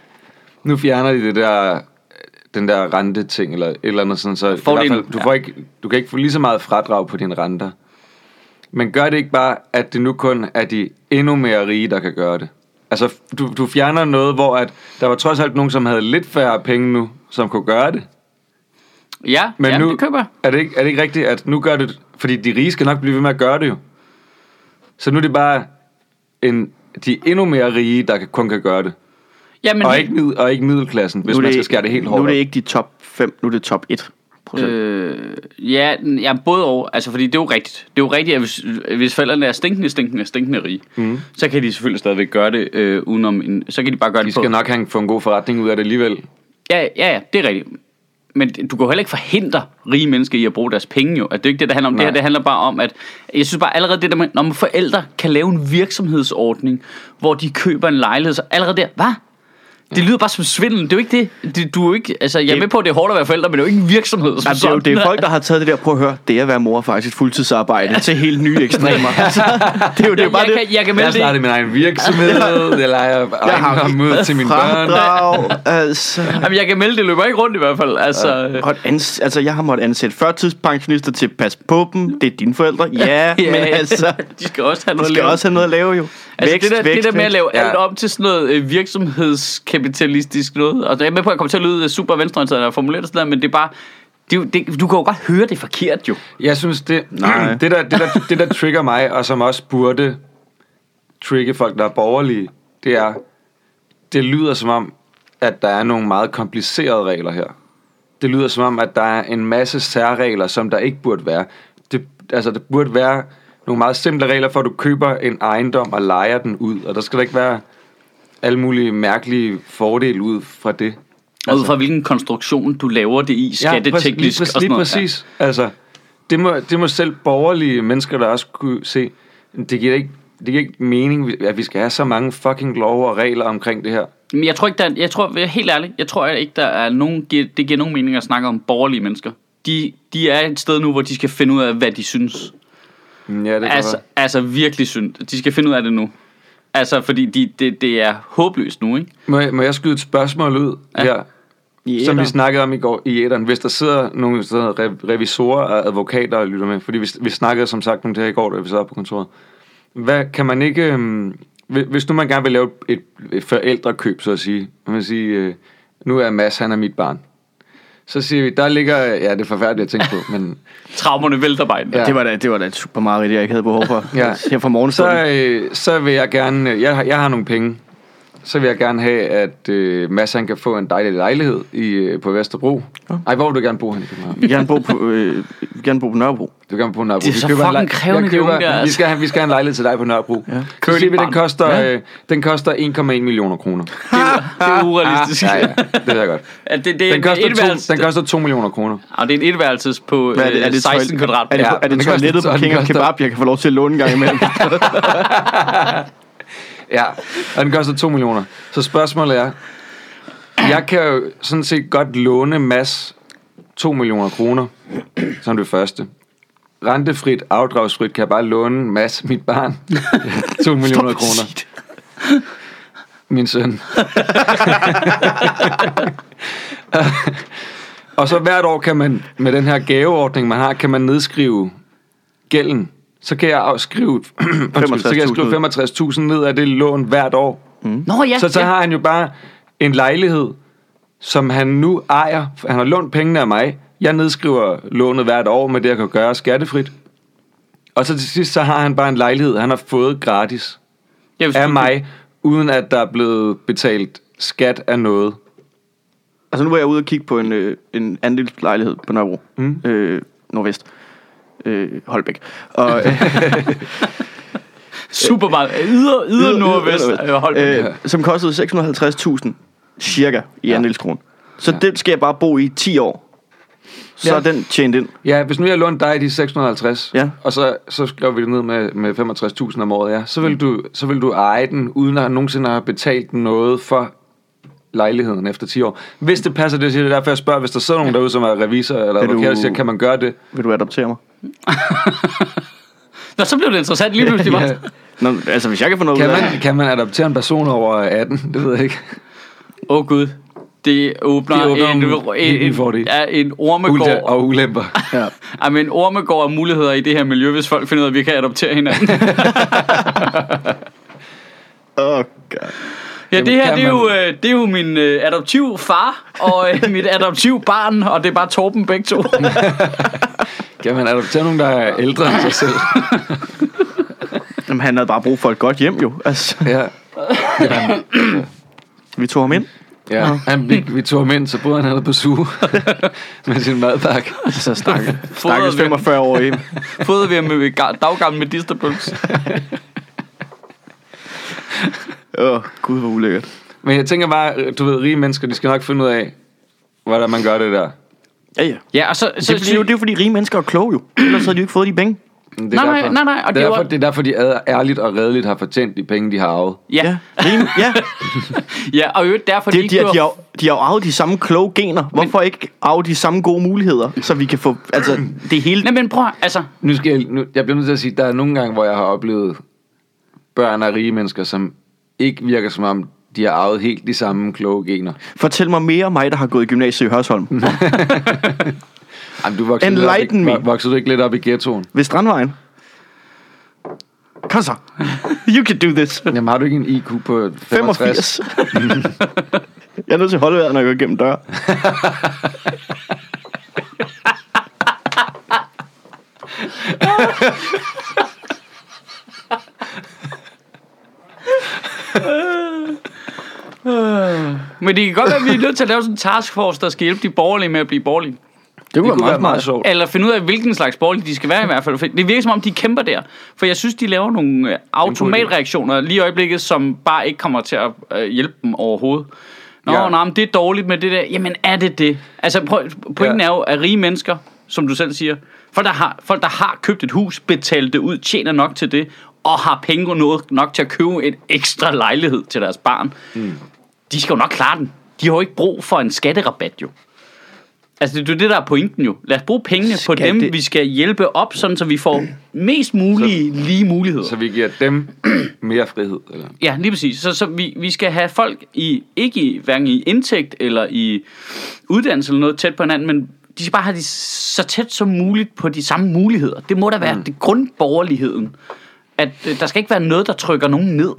Nu fjerner de det der, den der renteting, eller et eller andet sådan, så i hvert fald, du, får ikke, du kan ikke få lige så meget fradrag på dine renter. Men gør det ikke bare, at det nu kun er de endnu mere rige, der kan gøre det? Altså, du, du fjerner noget, hvor at der var trods alt nogen, som havde lidt færre penge nu, som kunne gøre det. Ja, men ja nu, det køber. Er det, ikke, er det ikke rigtigt, at nu gør det, fordi de rige skal nok blive ved med at gøre det jo. Så nu er det bare en, de endnu mere rige, der kan, kun kan gøre det. Ja, men og, he- ikke, og ikke middelklassen, hvis man skal skære det helt hårdt. Nu er det ikke de top fem, nu er det top et procent. Øh, ja, ja, både og. Altså, fordi det er jo rigtigt. Det er jo rigtigt, at hvis, hvis forældrene er stinkende, stinkende, stinkende rige, mm. så kan de selvfølgelig stadigvæk gøre det øh, udenom en, så kan de bare gøre de det på. De skal nok have en, få en god forretning ud af det alligevel. Ja, ja, ja, det er rigtigt. Men du kan jo heller ikke forhindre rige mennesker i at bruge deres penge jo. At det er ikke det, der handler om. Nej. Det her, det handler bare om, at jeg synes bare allerede det der med, når man forældre kan lave en virksomhedsordning, hvor de køber en lejlighed, så allerede der, hvad? Det lyder bare som svindel. Det er jo ikke det. det du er jo ikke, altså, jeg er med på, at det er hårdt at være forældre, men det er jo ikke en virksomhed. Som altså, det, er jo, det er folk, der har taget det der på at høre, det er at være mor faktisk et fuldtidsarbejde ja. til helt nye ekstremer. Altså, det er jo, det er jo bare jeg, det. Kan, jeg kan melde jeg startede min egen virksomhed, eller jeg har mødt til mine børn. Altså. Jamen, jeg kan melde, det løber ikke rundt i hvert fald. Altså, ja. ans- altså jeg har måttet ansætte førtidspensionister til at passe på dem. Det er dine forældre. Ja, ja, men altså. De skal også have noget, de skal at, også have noget at lave jo. Altså vækst, det, der, vækst, det der med at lave ja. alt op til sådan noget øh, virksomhedskapitalistisk noget. Og jeg er med på, at jeg kommer til at lyde super venstreorienteret og formuleret og sådan noget, men det er bare, det, det, du kan jo godt høre det forkert jo. Jeg synes det, Nej. det, der, det, der, det der trigger mig, og som også burde trigge folk, der er borgerlige, det er, det lyder som om, at der er nogle meget komplicerede regler her. Det lyder som om, at der er en masse særregler, som der ikke burde være. Det, altså, det burde være nogle meget simple regler for, at du køber en ejendom og lejer den ud. Og der skal der ikke være alle mulige mærkelige fordele ud fra det. Og altså, ud fra hvilken konstruktion du laver det i, skatteteknisk ja, og sådan lige noget. præcis. Ja. Altså, det må, det må selv borgerlige mennesker, der også kunne se, det giver ikke, det giver ikke mening, at vi skal have så mange fucking love og regler omkring det her. Men jeg tror ikke, der, jeg tror, helt ærligt, jeg tror ikke, der er nogen, det giver nogen mening at snakke om borgerlige mennesker. De, de er et sted nu, hvor de skal finde ud af, hvad de synes. Ja, det altså, altså virkelig synd. De skal finde ud af det nu. Altså, fordi de, det, det er håbløst nu, ikke? Må jeg, må jeg skyde et spørgsmål ud ja. her? Som vi snakkede om i går i æteren. Hvis der sidder nogle steder revisorer og advokater og lytter med, fordi vi, vi snakkede som sagt om det her i går, da vi sad på kontoret. Hvad kan man ikke... Um, hvis nu man gerne vil lave et, et forældrekøb, så at sige. Man vil sige, uh, nu er Mads, han er mit barn. Så siger vi, der ligger... Ja, det er forfærdeligt at tænke på, men... Traumerne vælter bare ind. Ja. Det var da, det var da et super meget, jeg ikke havde behov for. Ja. Her fra morgenstunden. Så, øh, så vil jeg gerne... Jeg, jeg har nogle penge. Så vil jeg gerne have, at øh, Mads han kan få en dejlig lejlighed i, øh, på Vesterbro. Ja. Ej, hvor vil du gerne bo hen i København? Vi vil gerne bo på, øh, vi gerne bo på Nørrebro. Du vil gerne bo på Nørrebro. Det er så fucking krævende, de unge der. Altså. Vi, skal have, vi skal have en lejlighed til dig på Nørrebro. Ja. Så siger vi, den koster, ja. øh, den koster en komma en millioner kroner. Det er, det er urealistisk. Ja, ja, det er godt. Ja, det, det er den, koster to, den koster to millioner kroner. Og det er en etværelses på øh, er det, er det seksten kvadrat. Er det, er det toilettet på King of Kebab, jeg kan få lov til at låne en gang imellem? Ja, og den koster to millioner. Så spørgsmålet er, jeg kan jo sådan set godt låne Mads to millioner kroner, som det første. Rentefrit, afdragsfrit, kan jeg bare låne Mads, mit barn, to millioner kroner. Min søn. Og så hvert år kan man, med den her gaveordning, man har, kan man nedskrive gælden. Så kan jeg skrive, så kan jeg skrive femogtres tusind ned af det lån hvert år. Mm. Nå, ja, så så ja. har han jo bare en lejlighed, som han nu ejer. Han har lånt pengene af mig. Jeg nedskriver lånet hvert år med det, jeg kan gøre skattefrit. Og så til sidst, så har han bare en lejlighed, han har fået gratis ja, af mig, uden at der er blevet betalt skat af noget. Altså nu var jeg ude og kigge på en, øh, en andelslejlighed på Nørrebro, mm. øh, Nordvest. Øh, Holbæk. Og, øh, super meget. Yder, yder, yder Nordvest. Øh, Holbæk. Øh, som kostede seks hundrede og halvtreds tusind cirka i ja. andelskron. Så ja. den skal jeg bare bo i ti år. Så ja. er den tjent ind. Ja, hvis nu jeg lånte dig de seks hundrede og halvtreds, ja. og så, så skrev vi det ned med, med femogtres tusind om året, ja, så vil, du, så vil du eje den, uden at nogensinde have betalt noget for lejligheden efter ti år. Hvis det passer, det siger det er derfor, jeg spørger, hvis der sidder nogen derude, som er revisor eller advokat, du... siger, kan man gøre det? Vil du adoptere mig? Nå, så blev det interessant lige pludselig, ja. Nå, altså, hvis jeg kan få noget kan ud af man, kan man adoptere en person over atten? Det ved jeg ikke. Åh oh, gud. Det åbner, det åbner en, en, en, en, ja, en ormegård og ulemper. Ja. Ja, men en ormegård og muligheder i det her miljø, hvis folk finder ud af, at vi kan adoptere hinanden. Åh, oh, God. Ja, det her, det er, jo, det er jo min øh, adoptiv far og øh, mit adoptiv barn, og det er bare Torben begge to. Kan man adoptere nogen, der er ældre end sig selv? Jamen, han havde bare brug for et godt hjem, jo. Altså. Ja. Ja. Vi tog ham ind. Ja, han, vi, vi tog ham ind, så boede han hernede på suge med sin madpakke. Så stakkes, stakkes femogfyrre år i. Fodrede vi ham med daggamle medisterpølse. Åh, oh, gud, hvor ulækkert. Men jeg tænker bare, du ved, rige mennesker, de skal nok finde ud af, hvordan man gør det der. Ja, ja. Ja, og så, så, det, er, det, er jo, det er jo fordi rige mennesker er kloge, jo. Ellers havde de jo ikke fået de penge. Det nej, nej, nej, nej. Og det, er det, derfor, var... det er derfor, de ærligt og redeligt har fortjent de penge, de har arvet. Ja. Ja, rige, ja. Ja, og jo derfor, de, de, de, de, har, de, har, de har jo arvet de samme kloge gener. Hvorfor men... ikke arve de samme gode muligheder, så vi kan få, altså, det hele... Nej, men prøv, altså... Nu skal jeg, nu, jeg bliver nødt til at sige, der er nogle gange, hvor jeg har oplevet børn af rige mennesker, som ikke virker som om, de har arvet helt de samme kloge gener. Fortæl mig mere om mig, der har gået i gymnasiet i Hørsholm. Jamen, du voksede, Enlighten me. voksede du ikke lidt op i ghettoen? Ved Strandvejen. Kom så. You can do this. Jamen, har du ikke en I Q på femogtres? femogfirs. Jeg er nødt til at holde vejret, når jeg går igennem dør. Men det kan godt være, at vi er nødt til at lave sådan en taskforce, der skal hjælpe de borgerlige med at blive borgerlige. Det kunne, det kunne være meget sjovt. Eller finde ud af, hvilken slags borgerlige de skal være i hvert fald. Det virker som om, de kæmper der. For jeg synes, de laver nogle automatreaktioner lige i øjeblikket, som bare ikke kommer til at hjælpe dem overhovedet. Nå, ja. nej, men det er dårligt med det der. Jamen, er det det? Altså, pointen ja. er jo, at rige mennesker, som du selv siger, folk der, har, folk, der har købt et hus, betalt det ud, tjener nok til det, og har penge noget nok til at købe en ekstra lejlighed til deres barn. Mm. De skal jo nok klare den. De har jo ikke brug for en skatterabat, jo. Altså, det er det, der er pointen jo. Lad os bruge pengene skal på dem, det... vi skal hjælpe op, sådan så vi får mest mulige så, lige muligheder. Så vi giver dem mere frihed, eller? Ja, lige præcis. Så, så vi, vi skal have folk, i ikke i, hverken i indtægt eller i uddannelse eller noget tæt på hinanden, men de skal bare have de så tæt som muligt på de samme muligheder. Det må da være mm. det grundborgerligheden. At øh, der skal ikke være noget, der trykker nogen ned.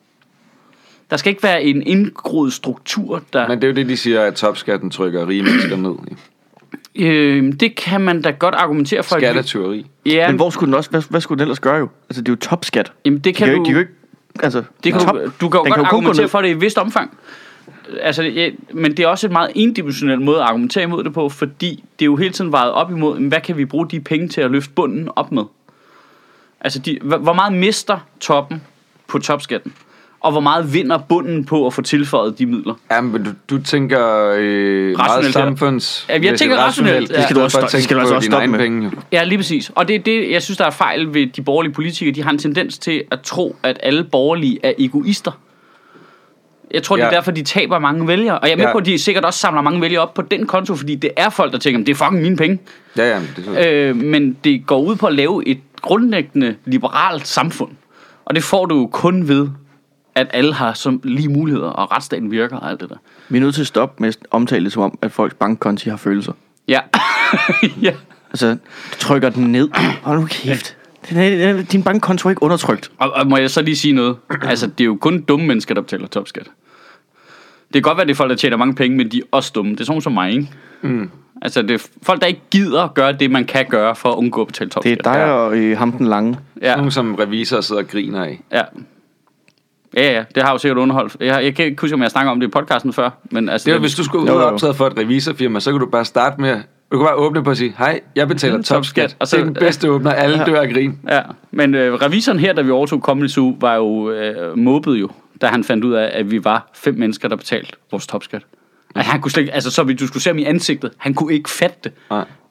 Der skal ikke være en indgroet struktur, der... Men det er jo det, de siger, at topskatten trykker rige mennesker ned i. Øh, det kan man da godt argumentere for. Skattetyveri. Ja. Men hvor skulle den også... Hvad, hvad skulle den ellers gøre jo? Altså, det er jo topskat. Jamen, det kan de du... De kan jo ikke... Altså, det kan top, du, du kan jo godt kan argumentere for det i et vist omfang. Altså, ja, men det er også et meget endimensionel måde at argumentere imod det på, fordi det er jo hele tiden vejet op imod, hvad kan vi bruge de penge til at løfte bunden op med? Altså, de, hvor meget mister toppen på topskatten? Og hvor meget vinder bunden på at få tilføjet de midler? Ja, men du, du tænker øh, meget samfunds... Ja, jeg tænker rationelt. Det skal du også, det skal du også stoppe med. Penge. Ja, lige præcis. Og det er det, jeg synes, der er fejl ved de borgerlige politikere. De har en tendens til at tro, at alle borgerlige er egoister. Jeg tror, det er ja. derfor, de taber mange vælgere. Og jeg er med ja. på, at de sikkert også samler mange vælgere op på den konto, fordi det er folk, der tænker, det er fucking mine penge. Ja, ja. Det er øh, men det går ud på at lave et grundlæggende liberalt samfund. Og det får du kun ved, at alle har som lige muligheder, og retsstaten virker og alt det der. Vi er nødt til at stoppe med at omtale det som om, at folks bankkonti har følelser. Ja. ja. Altså, du trykker den ned. Hold nu kæft. Din bankkonto er ikke undertrykt. Og, og må jeg så lige sige noget? Altså, det er jo kun dumme mennesker, der betaler topskat. Det kan godt være, det er folk, der tjener mange penge, men de er også dumme. Det er sådan som mig, ikke? Mm. Altså, det er folk, der ikke gider gøre det, man kan gøre for at undgå at betale topskat. Det er dig og øh, ham den lange. Ja. Nogle, som revisorer sidder og griner af. Ja. Ja, ja, det har jo sikkert underholdt. Jeg, jeg kan ikke huske, om jeg snakker om det i podcasten før. Men altså, det er, hvis du skulle ud og optræde for et revisorfirma, så kan du bare starte med... Du kan bare åbne på at sige, hej, jeg betaler topskat. Og så, det er den bedste åbner, alle dør af grin. Ja, men øh, revisoren her, da vi overtog Comedy Zoo, var jo øh, måbet jo, da han fandt ud af, at vi var fem mennesker, der betalte vores topskat. Altså, han kunne slet ikke, altså så hvis du skulle se ham i ansigtet, han kunne ikke fatte det. Nej.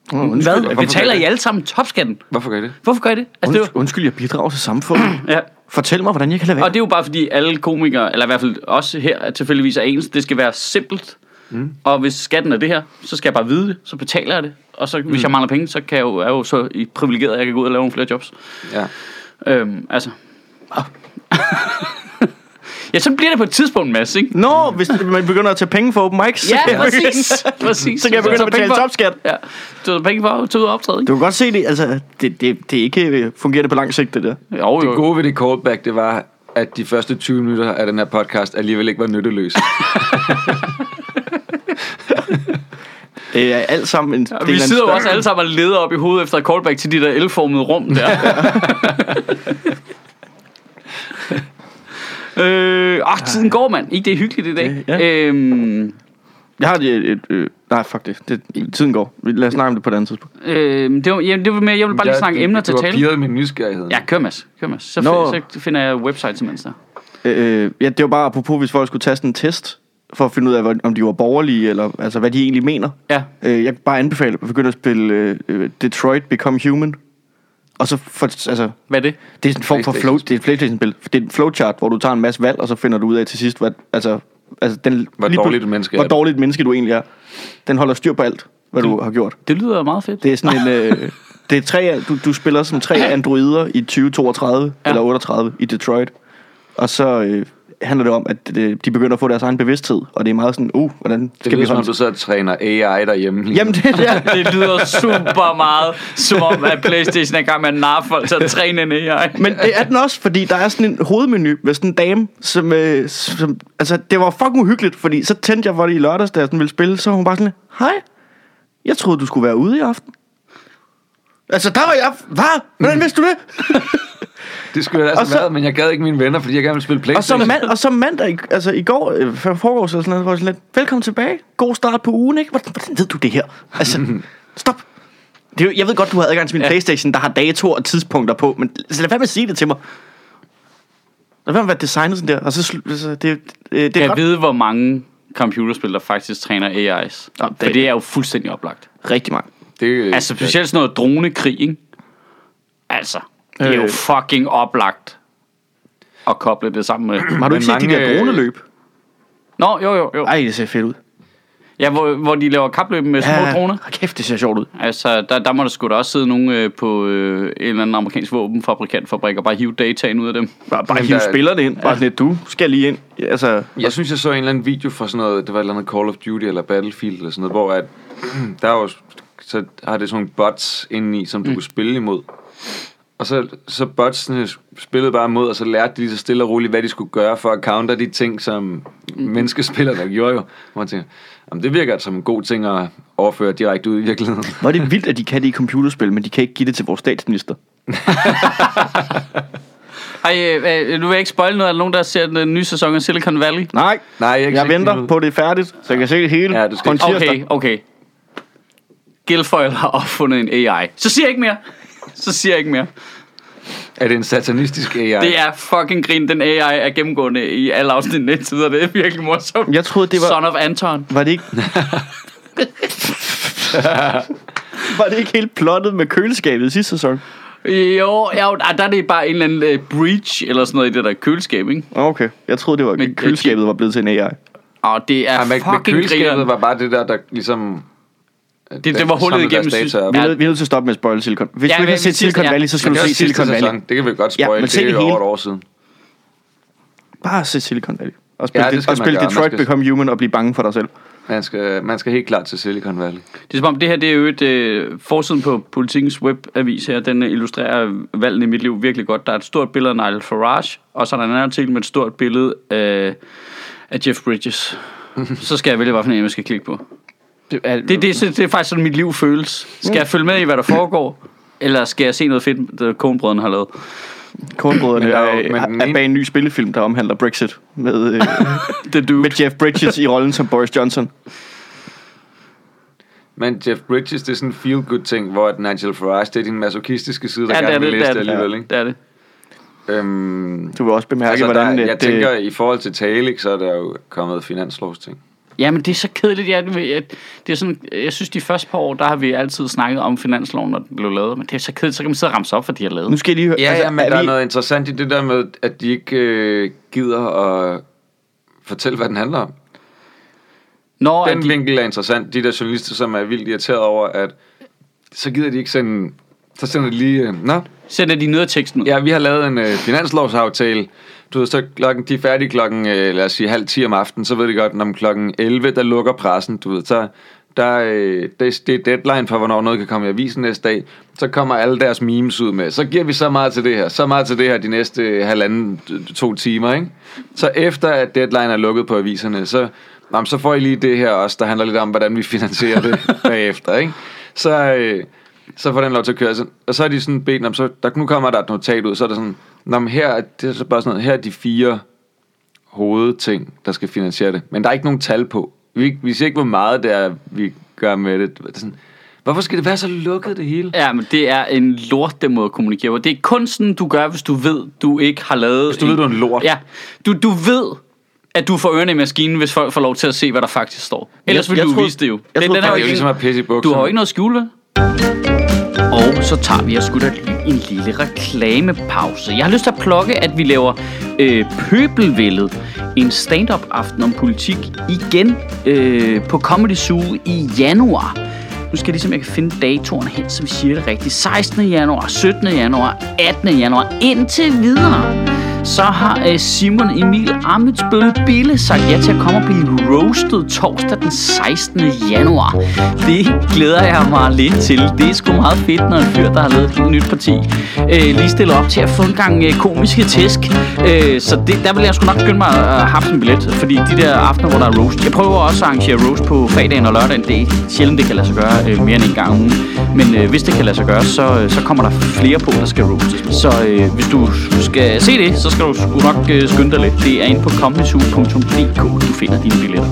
Oh, undskyld, Hvad? hvorfor Betaler gør I det? alle sammen topskatten? Hvorfor gør I det? Hvorfor gør I det? Altså, det Undskyld, undskyld, jeg bidrager til samfundet. ja. Fortæl mig, hvordan jeg kan lade være. Og det er jo bare fordi alle komikere, eller i hvert fald også her, er tilfældigvis er ens. Det skal være simpelt. Mm. Og hvis skatten er det her, så skal jeg bare vide det. Så betaler jeg det. Og så hvis mm. jeg mangler penge, så kan jeg jo, er jeg jo så i privilegeret, at jeg kan gå ud og lave nogle flere jobs. Ja. Øhm, altså. Ja, så bliver det på et tidspunkt, Mads, ikke? Nå, hvis man begynder at tage penge for open mics, så Ja, kan jeg præcis. præcis. så kan jeg begynde at betale topskat. Ja, du har penge for at tage ud og optræde, ikke? Du kan godt se det, altså, det, det, det er ikke fungerer på lang sigt, det der. Jo, jo. Det gode ved det callback, det var, at de første tyve minutter af den her podcast alligevel ikke var nytteløse. Det er alt sammen en... Ja, vi sidder jo også alle sammen og leder op i hovedet efter et callback til de der L-formede rum der. øh, åh, tiden går, mand. Ikke det er hyggeligt i dag. Ja. Øhm, Jeg har et, et, et, et nej, fuck det. det. Tiden går. Lad os snakke om det på et andet tidspunkt. øh, det, var, jamen, det var mere, jeg vil bare lige snakke emner til tale. tale. Du har pirret min nysgerrighed. Ja, kør Mads. Kør Mads. Så, Nå. f- så finder jeg website imens der. Øh, ja, det var bare apropos, hvis folk skulle tage sådan en test, for at finde ud af, hvor- om de var borgerlige, eller altså, hvad de egentlig mener. Ja. Øh, jeg kan bare anbefale at begynde at spille øh, Detroit Become Human. Og så for, altså, Hvad er det? det er sådan en form for flow, det er et PlayStation-spil. Det er en flowchart, hvor du tager en masse valg, og så finder du ud af til sidst, hvad, altså, altså den, Hvor lige dårligt plut- et menneske hvor er du. dårligt et menneske du egentlig er. Den holder styr på alt, hvad du har gjort. Det lyder meget fedt. Det er sådan en, øh, det er tre, du, du spiller som tre androider i tyve toogtredive Ja. eller otteogtredive i Detroit. Og så øh, handler det om, at øh, de begynder at få deres egen bevidsthed, og det er meget sådan, uh, hvordan Det skal lyder vi som om, håndtere? du sidder og træner A I derhjemme. lige Jamen det er der. Det lyder super meget som om, at PlayStation er i gang med at narre folk til at træne en A I. Men det er den også, fordi der er sådan en hovedmenu med sådan en dame, som, øh, som altså det var fucking uhyggeligt, fordi så tændte jeg for det i lørdags, da jeg sådan ville spille, så var hun bare sådan, hej, jeg troede, du skulle være ude i aften. Altså, der var jeg, hvad? Hvordan vidste du det? Det skulle jeg Og altså så- været, men jeg gad ikke mine venner, fordi jeg gerne ville spille Og så, PlayStation. mand, og så mandag, i- altså i går, øh, for forårs eller sådan noget, var jeg sådan lidt, velkommen tilbage, god start på ugen, ikke? Hvordan, hvordan ved du det her? Altså, stop. Det, er jo- jeg ved godt, du har adgang til min Ja. PlayStation, der har datoer og tidspunkter på, men altså, lad være med at sige det til mig. Lad være med at være designet sådan der, og så, slu- altså, det, det, det er Jeg godt. ved, hvor mange computerspil, der faktisk træner A Is. Nå, For det- det er jo fuldstændig oplagt. Rigtig mange. Det, Altså specielt sådan noget dronekrig, ikke? Altså, det er jo Øh. fucking oplagt at koble det sammen med. Har du Men ikke set de mange, der droneløb? Nå, jo, jo, jo. Ej, det ser fedt ud. Ja, hvor, hvor de laver kapløb med små droner. hold kæft, det ser sjovt ud. Altså, der, der må der sgu da også sidde nogen øh, på øh, en eller anden amerikansk våbenfabrikantfabrik og bare hive dataen ud af dem. Bare, bare Men hive der- spillerne ind. Bare sådan lidt, du skal lige ind. Ja, altså, Jeg synes, jeg så en eller anden video fra sådan noget, det var et eller andet Call of Duty eller Battlefield eller sådan noget, hvor at, der er jo, så har det sådan nogle bots indeni, som du mm. kunne spille imod. Og så, så botsene spillede bare mod, og så lærte de lige så stille og roligt, hvad de skulle gøre for at counter de ting, som mm. menneskespillerne gjorde jo. Hvor man tænker, jamen, det virker som en god ting at overføre direkte ud i virkeligheden. hvor er det vildt, at de kan det i computerspil, men de kan ikke give det til vores statsminister. Ej, øh, øh, nu vil jeg ikke spoil noget. Er der nogen, der ser den nye sæson af Silicon Valley? Nej, Nej, jeg, jeg venter på, at det er færdigt, så jeg kan se det hele Ja, du skal på en ikke- tirsdag. Okay, okay. Guilfoyle har opfundet en A I. Så siger jeg ikke mere. Så siger jeg ikke mere. Er det en satanistisk A I? Det er fucking grin. Den A I er gennemgående i alle afsnit indtil videre. Det er virkelig morsomt. Jeg troede, det var... Son of Anton. Var det ikke... var det ikke helt plottet med køleskabet i sidste sæson? Jo, ja, der er det bare en eller anden uh, breach eller sådan noget i det der køleskab, ikke? Okay, jeg troede, det var Men- køleskabet var blevet til en A I. Og det er Ja, med, med fucking køleskabet grineren. var bare det der, der ligesom... Det, det var hullet igennem. Data Synes, op. Vi er, ja, nødt- vi er nødt til at stoppe med at spoil Silicon. Hvis Ja, du ikke men- har set men Silicon sidste- Valley, så skal Man du kan se også sidste Silicon Valley. sæson. Det kan vi godt Ja, spoil. men se det er det jo over hele. et år siden. Bare se Silicon Valley. Og spil, Ja, det det skal og man spil gøre. Man Detroit skal- Become Human og blive bange for dig selv. Man skal, man skal helt klart til Silicon Valley. det er som om, det her det er jo et øh, forsiden på Politikens webavis her. Den øh, illustrerer valgene i mit liv virkelig godt. Der er et stort billede af Nigel Farage, og så er der en anden artikel med et stort billede af, af Jeff Bridges. Så skal jeg vælge, hvilken en jeg skal klikke på. Det er, Det, det, det, det er faktisk sådan, mit liv føles. Skal jeg følge med i, hvad der foregår? Eller skal jeg se noget fedt, der Coen-brødrene har lavet? Coen-brødrene Men der er jo- er, men er, den er ene- bag en ny spillefilm, der omhandler Brexit. Med, øh, The Dude. med Jeff Bridges i rollen som Boris Johnson. Men Jeff Bridges, det er sådan en feel-good ting, hvor at Nigel Farage, det er din masochistiske side, der Ja, det er gerne det, vil det er læse det det. alligevel, ikke? Det er det. Øhm, Du vil også bemærke, altså, hvordan... der, at jeg det- tænker, i forhold til tale, ikke, så er der jo kommet finanslovsting. Ja, men det er så kedeligt. Ja, det er sådan, jeg synes, de første par år, der har vi altid snakket om finansloven, når den blev lavet. Men det er så kedeligt, så kan man sidde og ramse op, for de har lavet. Nu skal jeg lige høre. Ja, altså, ja, men er der vi... er noget interessant i det der med, at de ikke øh, gider at fortælle, hvad den handler om. Nå, Den de... vinkel er interessant. De der journalister, som er vildt irriteret over, at så gider de ikke sende... Så sender de lige... Øh, Nå? Sender de noget af teksten ud? Ja, vi har lavet en øh, finanslovsaftale. Du ved, så klokken, de er færdige klokken, øh, lad os sige, halv ti om aftenen. Så ved de godt, om klokken elleve, der lukker pressen. Du ved, så der, øh, det, det er deadline for, hvornår noget kan komme i avisen næste dag. Så kommer alle deres memes ud med. Så giver vi så meget til det her. Så meget til det her de næste øh, halvanden, to timer, ikke? Så efter at deadline er lukket på aviserne, så, jamen, så får I lige det her også, der handler lidt om, hvordan vi finansierer det bagefter, ikke? Så... Øh, så får den lov til at køre. Og så er de sådan bedt om, så der, nu kommer der et notat ud, så er der sådan, nå, men her, det er så bare sådan noget, her er de fire hovedting, der skal finansiere det. Men der er ikke nogen tal på. Vi, vi siger ikke, hvor meget det er, vi gør med det. Det er sådan, hvorfor skal det være så lukket, det hele? Ja, men det er en lorte måde at kommunikere på. Det er kun sådan, du gør, hvis du ved, du ikke har lavet... Hvis du en... ved, du er en lort. Ja, du, du ved, at du får ørerne i maskinen, hvis folk får lov til at se, hvad der faktisk står. Ellers vil jeg du troede, vise det jo. Jeg Den, troede, den er Det jo er jo ikke... ligesom at pisse i bukserne. Du har jo ikke noget at skjule, vel? Og så tager vi og skutter en lille reklamepause. Jeg har lyst til at plukke, at vi laver øh, Pøbelvældet, en stand-up aften om politik, igen øh, på Comedy Zoo i januar. Nu skal jeg ligesom, jeg kan finde datorerne hen, så vi siger det rigtigt. sekstende januar, syttende januar, attende januar, indtil videre. Så har øh, Simon Emil Amitsbøl Bille sagt ja til at komme og blive roasted torsdag den sekstende januar. Det glæder jeg mig lidt til. Det er sgu meget fedt, når en fyr, der har lavet et helt nyt parti, øh, lige stiller op til at få en gang øh, komiske tæsk. Øh, så det, der vil jeg sgu nok skynde mig at have en billet, fordi de der aftener, hvor der er roast. Jeg prøver også at arrangere roast på fredagen og lørdagen. Det er sjældent, det kan lade sig gøre øh, mere end en gang om ugen. Men øh, hvis det kan lade sig gøre, så, så kommer der flere på, der skal roastes. Så øh, hvis du skal se det, så skal du sgu nok øh, skynde dig lidt. Det er inde på comedy zoo punktum d k, du finder dine billetter.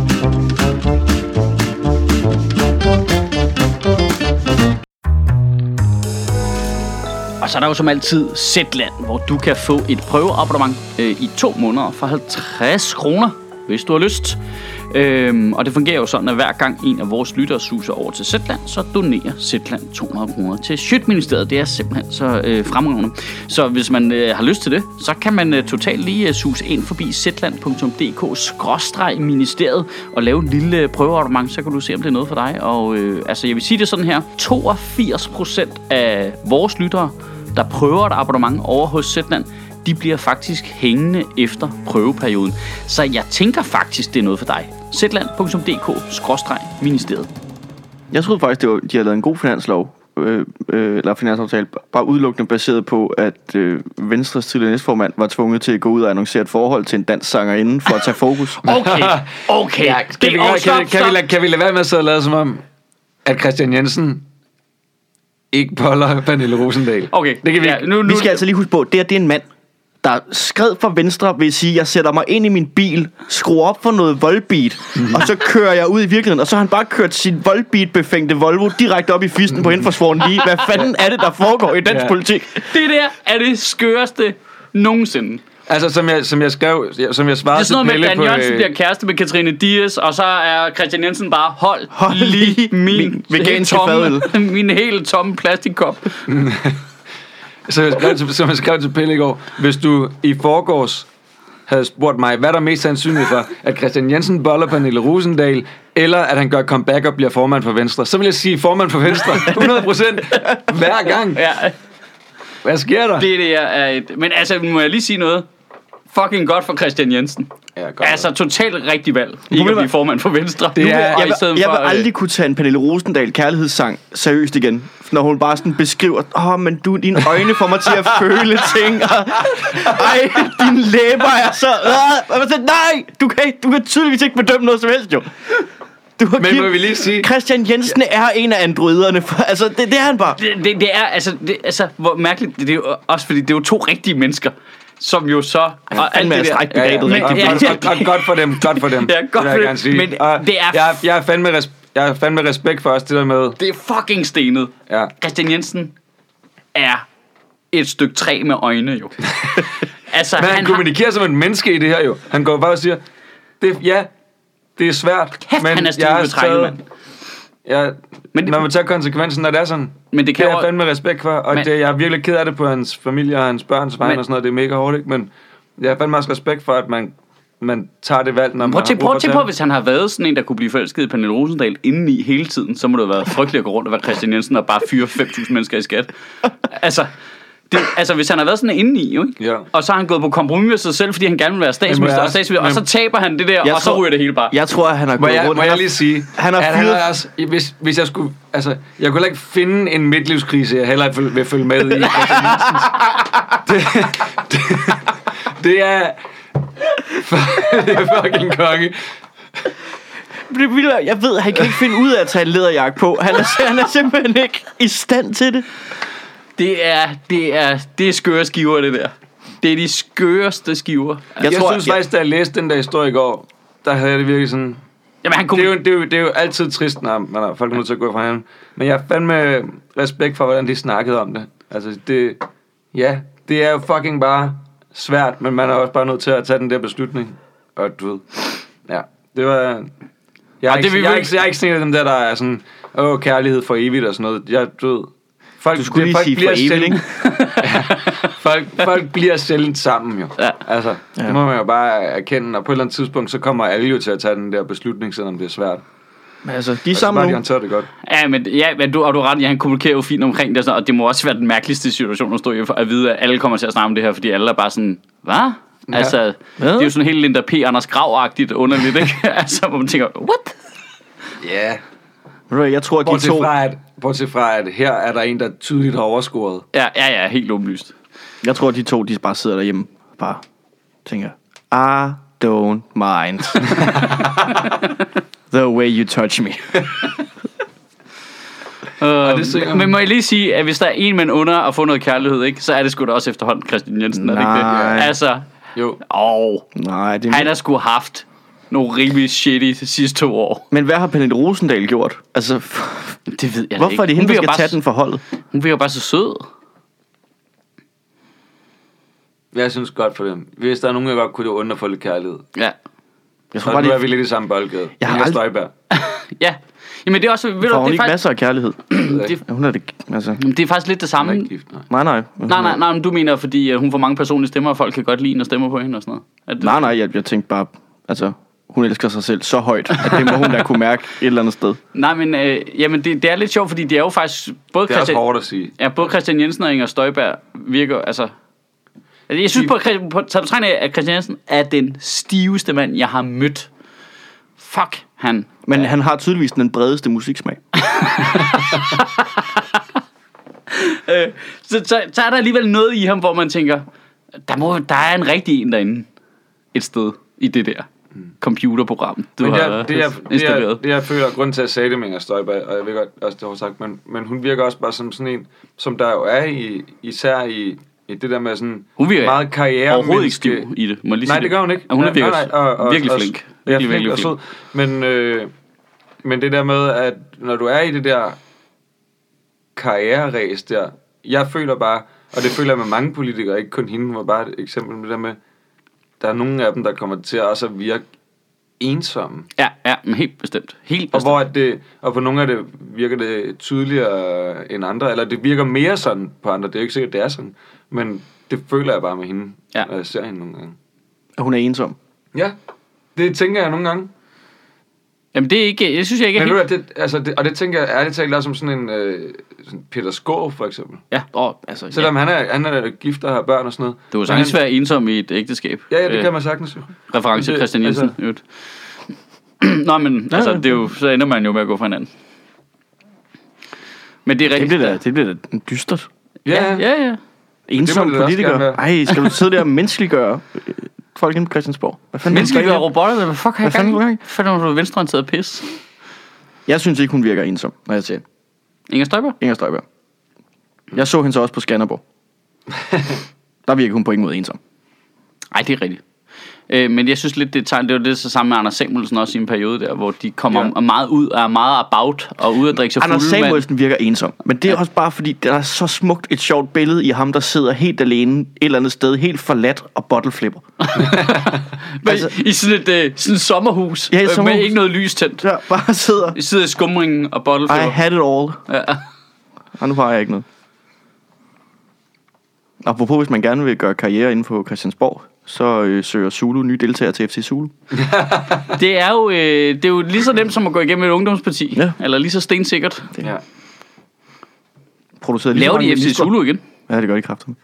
Og så er der jo som altid Zetland, hvor du kan få et prøveabonnement øh, i to måneder for halvtreds kroner, hvis du har lyst. Øhm, og det fungerer jo sådan, at hver gang en af vores lyttere suser over til Zetland, så donerer Zetland to hundrede kroner til Sjøtministeriet. Det er simpelthen så øh, fremragende. Så hvis man øh, har lyst til det, så kan man øh, totalt lige øh, suse ind forbi zetland punktum d k skråstreg ministeriet og lave en lille øh, prøveabonnement, så kan du se, om det er noget for dig. Og øh, altså, jeg vil sige det sådan her. toogfirs procent af vores lyttere, der prøver et abonnement over hos Zetland, de bliver faktisk hængende efter prøveperioden. Så jeg tænker faktisk, det er noget for dig. zetland punktum d k skråstreg ministeriet. Jeg troede faktisk, det var, de havde lavet en god finanslov, øh, øh, eller finansaftale, bare udelukkende baseret på, at øh, Venstres tidligere næstformand var tvunget til at gå ud og annoncere et forhold til en dansk sangerinde for at tage fokus. Okay, okay. Ja, kan, vi, oh, kan, stop, vi, kan, vi, lade, kan vi lade være med at sidde og lade som om, at Christian Jensen ikke boller Pernille Rosendahl? Okay, det kan vi, ja, nu, nu, Vi skal altså lige huske på, det er, det er en mand, der skred fra Venstre vil sige, jeg sætter mig ind i min bil, skruer op for noget Volbeat, og så kører jeg ud i virkeligheden, og så har han bare kørt sin Volbeat-befængte Volvo direkte op i fisten på indforsvoren lige. Hvad fanden er det, der foregår i dansk Ja. politik? Det der er det skøreste nogensinde. Altså, som jeg, som jeg skrev, som jeg svarede Det er sådan til noget med, Pelle at på... Dan Jørgensen øh, bliver kæreste med Katrine Dias, og så er Christian Jensen bare, hold, Hold lige lige min, min veganske helt tomme, fadøl. min helt tomme plastikkop. Så jeg skrev til, som jeg skrev til Pelle i går, hvis du i forgårs havde spurgt mig, hvad der er mest sandsynligt for, at Christian Jensen boller Pernille Rosendahl, eller at han gør comeback og bliver formand for Venstre, så vil jeg sige formand for Venstre, hundrede procent hver gang. Ja, Hvad sker der? det der er et... Men altså, må jeg lige sige noget? Fucking godt for Christian Jensen. Ja, godt. Altså, totalt rigtig valg. Ikke at blive formand for Venstre. Det er- Og Jeg i stedet vil, jeg vil for, øh, aldrig kunne tage en Pernille Rosendahl kærlighedssang seriøst igen, når hun bare sådan beskriver, åh, oh, men du, dine øjne får mig til at føle ting, og ej, dine læber er så, øh, og så, nej, du kan, du kan tydeligvis ikke bedømme noget som helst, jo. Du har Men givet- må vi lige sige... Christian Jensen er en af androiderne, for, altså, det, det er han bare. Det, det, det er altså, det, altså, hvor mærkeligt, det, det er jo også fordi, det er jo to rigtige mennesker, som jo så... Ja, og alt fandme det er der- strækt Ja, ja, begrebet og, rigtigt. og, ja, og, og, og godt for dem, godt for dem. Ja, godt vil for jeg dem, gerne sige. men og det er- Jeg, jeg, er fandme res, jeg er fandme respekt for os, det der med... Det er fucking stenet. Ja. Christian Jensen er et stykke træ med øjne, jo. altså, Men han, han han kommunikerer som et menneske i det her jo. Han går bare og siger, det, ja, det er svært. Kæft, men han er jeg har stilbetrækket, mand. Jeg, Men det- når man tager konsekvensen, når det er sådan, Men det kan det er jo- jeg fandme respekt for, og Men- det, jeg er virkelig ked af det på hans familie og hans børns vegne Men- og sådan noget, det er mega hårdt, ikke? Men jeg har fandme også respekt for, at man, man tager det valg, når man Prøv at tænke har prøv brug at for tænke på, det. hvis han har været sådan en, der kunne blive forelsket i Pernille Rosendal indeni hele tiden, så må det have været frygteligt at gå rundt og være Christian Jensen og bare fyre fem tusind mennesker i skat. Altså, det, altså, hvis han har været sådan en indeni, jo, ikke? Ja. Og så har han gået på kompromis med sig selv, fordi han gerne vil være statsminister, jeg og, statsminister også- og så taber han det der, Jeg og så tror- ryger det hele bare. Jeg tror, at han har Må gået jeg, rundt. må Han jeg har- lige sige, han har at han fyret- er også, hvis, hvis jeg skulle, altså, jeg kunne heller ikke finde en midtlivskrise, jeg heller vil, vil følge med i. det, det, det er, det er fucking konge. Det vildt, jeg ved, han kan ikke finde ud af at tage en læderjakke på. Han er, han er simpelthen ikke i stand til det. Det er, det er, det er skøre skiver, det der. Det er de skøreste skiver. Jeg, Jeg jeg tror, synes jeg- faktisk, da jeg læste den der historie i går, der havde jeg det virkelig sådan... Jamen, han kunne... Det er, jo, det, er jo, det er jo altid trist, når man har folk er nødt til at gå fra hinanden. Men jeg har fandme respekt for, hvordan de snakkede om det. Altså, det... Ja, det er jo fucking bare svært, men man er også bare nødt til at tage den der beslutning. Og du ved... Ja, det var... Jeg er, Og det ikke, vil jeg, er vi- ikke, jeg er ikke sådan en af dem der, der er sådan... Åh, kærlighed for evigt og sådan noget. Jeg, du ved... Folk, Du skulle lige folk sige for bliver evigt, sjældent- ikke? folk, folk bliver sjældent sammen jo. Ja. Altså, Ja. det må man jo bare erkende. Og på et eller andet tidspunkt, så kommer alle jo til at tage den der beslutning, selvom det er svært. Men altså, de er Og så sammen bare de nu. håndterer det godt. Ja, men, ja, men du, og du er ret, ja, han kommunikerer jo fint omkring det, og, sådan, og det må også være den mærkeligste situation at stå i, for at vide, at alle kommer til at snakke om det her, fordi alle er bare sådan, hvad? Ja. Altså, Hvad? det er jo sådan helt Linda P. Anders Grav-agtigt underligt, ikke? Altså, hvor man tænker, what? Ja. Ved du hvad, Jeg tror, at de Bortset to... fra, at, bortset fra, at her er der en, der tydeligt har overscoret. Ja, ja, ja, helt åbenlyst. Jeg tror, at de to, de bare sidder derhjemme og bare tænker, I don't mind. The way you touch me. Uh, det synger men, men må jeg lige sige, at hvis der er en, man under at få noget kærlighed, ikke, så er det sgu da også efterhånden Christian Jensen, er det ikke det? Nej. Altså, Jo. åh, Nej, det er han har sgu haft nogle rimelig shitty de sidste to år. Men hvad har Pernille Rosendal gjort? Altså, Det ved jeg hvorfor ikke. er det Hun hende, der virker skal bare tage så- den for holdet? Hun virker bare så sød. Jeg synes godt for dem. Hvis der er nogen, jeg godt kunne undre for lidt kærlighed. Ja. Jeg tror Og bare, nu er det vi lidt i samme boldgade. Jeg har Inger ald- Støjberg. Ja. Jamen det er også, ved du, får hun det er, ikke faktisk, masser af kærlighed. det, Ja, hun er det, altså... det er faktisk lidt det Hun er samme. ikke gift, nej. Nej, nej. Nej, nej, nej, men du mener, fordi øh, hun får mange personlige stemmer, og folk kan godt lide, når stemmer på hende og sådan noget. Er det, Nej, nej, jeg, jeg tænkte bare, altså, hun elsker sig selv så højt, at det må hun da kunne mærke et eller andet sted. Nej, men øh, jamen, det, det er lidt sjovt, fordi det er jo faktisk... Både Det er også Christian, hårdt at sige. ja, både Christian Jensen og Inger Støjberg virker, altså... altså, Jeg synes på, på tager betragtning af, at Christian Jensen er den stiveste mand, jeg har mødt. Fuck, han. Men han har tydeligvis den bredeste musiksmag. Øh, så, så, så er der alligevel noget i ham, hvor man tænker, der, må, der er en rigtig en derinde et sted i det der computerprogram, du Men har det, er, det, er, det, er, installeret. det jeg føler, grund til at sige det med Inger Støjberg, og jeg ved godt også, det har sagt, men, men hun virker også bare som sådan en, som der jo er i, især i, i det der med sådan Hun virker meget karriere. overhovedet ikke stiv i det, må jeg lige Nej, sige det gør hun ikke. Ja, hun er Nej, virkelig, nej, nej, og- og- virkelig og- flink. Ja, Virkelig, flink virkelig og flink. sød. Men, øh, men det der med, at når du er i det der karriereræs der, jeg føler bare, og det føler jeg med mange politikere, ikke kun hende, hun var bare et eksempel med det der med, der er nogle af dem, der kommer til også at virke ensomme. Ja, ja, men helt bestemt. Helt Og, bestemt. hvor at det, og på nogle af det virker det tydeligere end andre, eller det virker mere sådan på andre, det er jo ikke sikkert, det er sådan, men det føler jeg bare med hende, Ja. når jeg ser hende nogle gange. At hun er ensom. Ja, det tænker jeg nogle gange. Jamen det er ikke, jeg synes jeg ikke er Men helt... ved du, det, altså det, og det tænker jeg ærligt talt også som sådan en øh, sådan Peter Skaarup for eksempel. Ja, Åh, altså, Selvom han er, han er gift og har børn og sådan noget. det var Men sagtens han- være ensom i et ægteskab. Ja, ja, det Øh, kan man sagtens jo. Reference til Det- Christian Jensen. altså- Altså. Nå, men Ja, altså, ja. det er jo, så ender man jo med at gå fra hinanden. Men det er det rigtigt. bliver da, det bliver da dystert. Ja, ja, ja. Ensom det da også politiker. gerne være. Ej, skal du sidde der og menneskeliggøre øh, folk inde på Christiansborg? Hvad fanden Menneskeliggør gør I? robotter, hvad fuck har jeg Hvad fanden gang er du i? Hvad fanden er du venstreorienteret pis? Jeg synes ikke, hun virker ensom, når jeg ser hende. Inger Støjberg? Inger Støjberg. Jeg så hende så også på Skanderborg. Der virker hun på ingen måde ensom. Nej, det er rigtigt. Øh, men jeg synes lidt, det tegn, det var det så sammen med Anders Samuelsen også i en periode der, hvor de kommer Ja. meget ud, er meget about og ude at drikke sig fulde. Anders Samuelsen virker ensom, men det er ja. også bare fordi, der er så smukt et sjovt billede i ham, der sidder helt alene et eller andet sted, helt forladt og bottleflipper. altså, I sådan et øh, sådan et sommerhus, Ja, et øh, sommerhus. med ikke noget lys tændt. Ja, bare sidder. I sidder i skumringen og I bottleflipper. had it all. Ja. Og nu har jeg ikke noget. Apropos, hvis man gerne vil gøre karriere inden for Christiansborg, så øh, søger Zulu nye deltagere til F C Zulu. Det er jo øh, det er jo lige så nemt som at gå igennem et ungdomsparti, Ja. eller lige så stensikkert. Ja. Produceret lige Laver så mange de F C ministre. Zulu igen? Ja, det gør de kraftigt.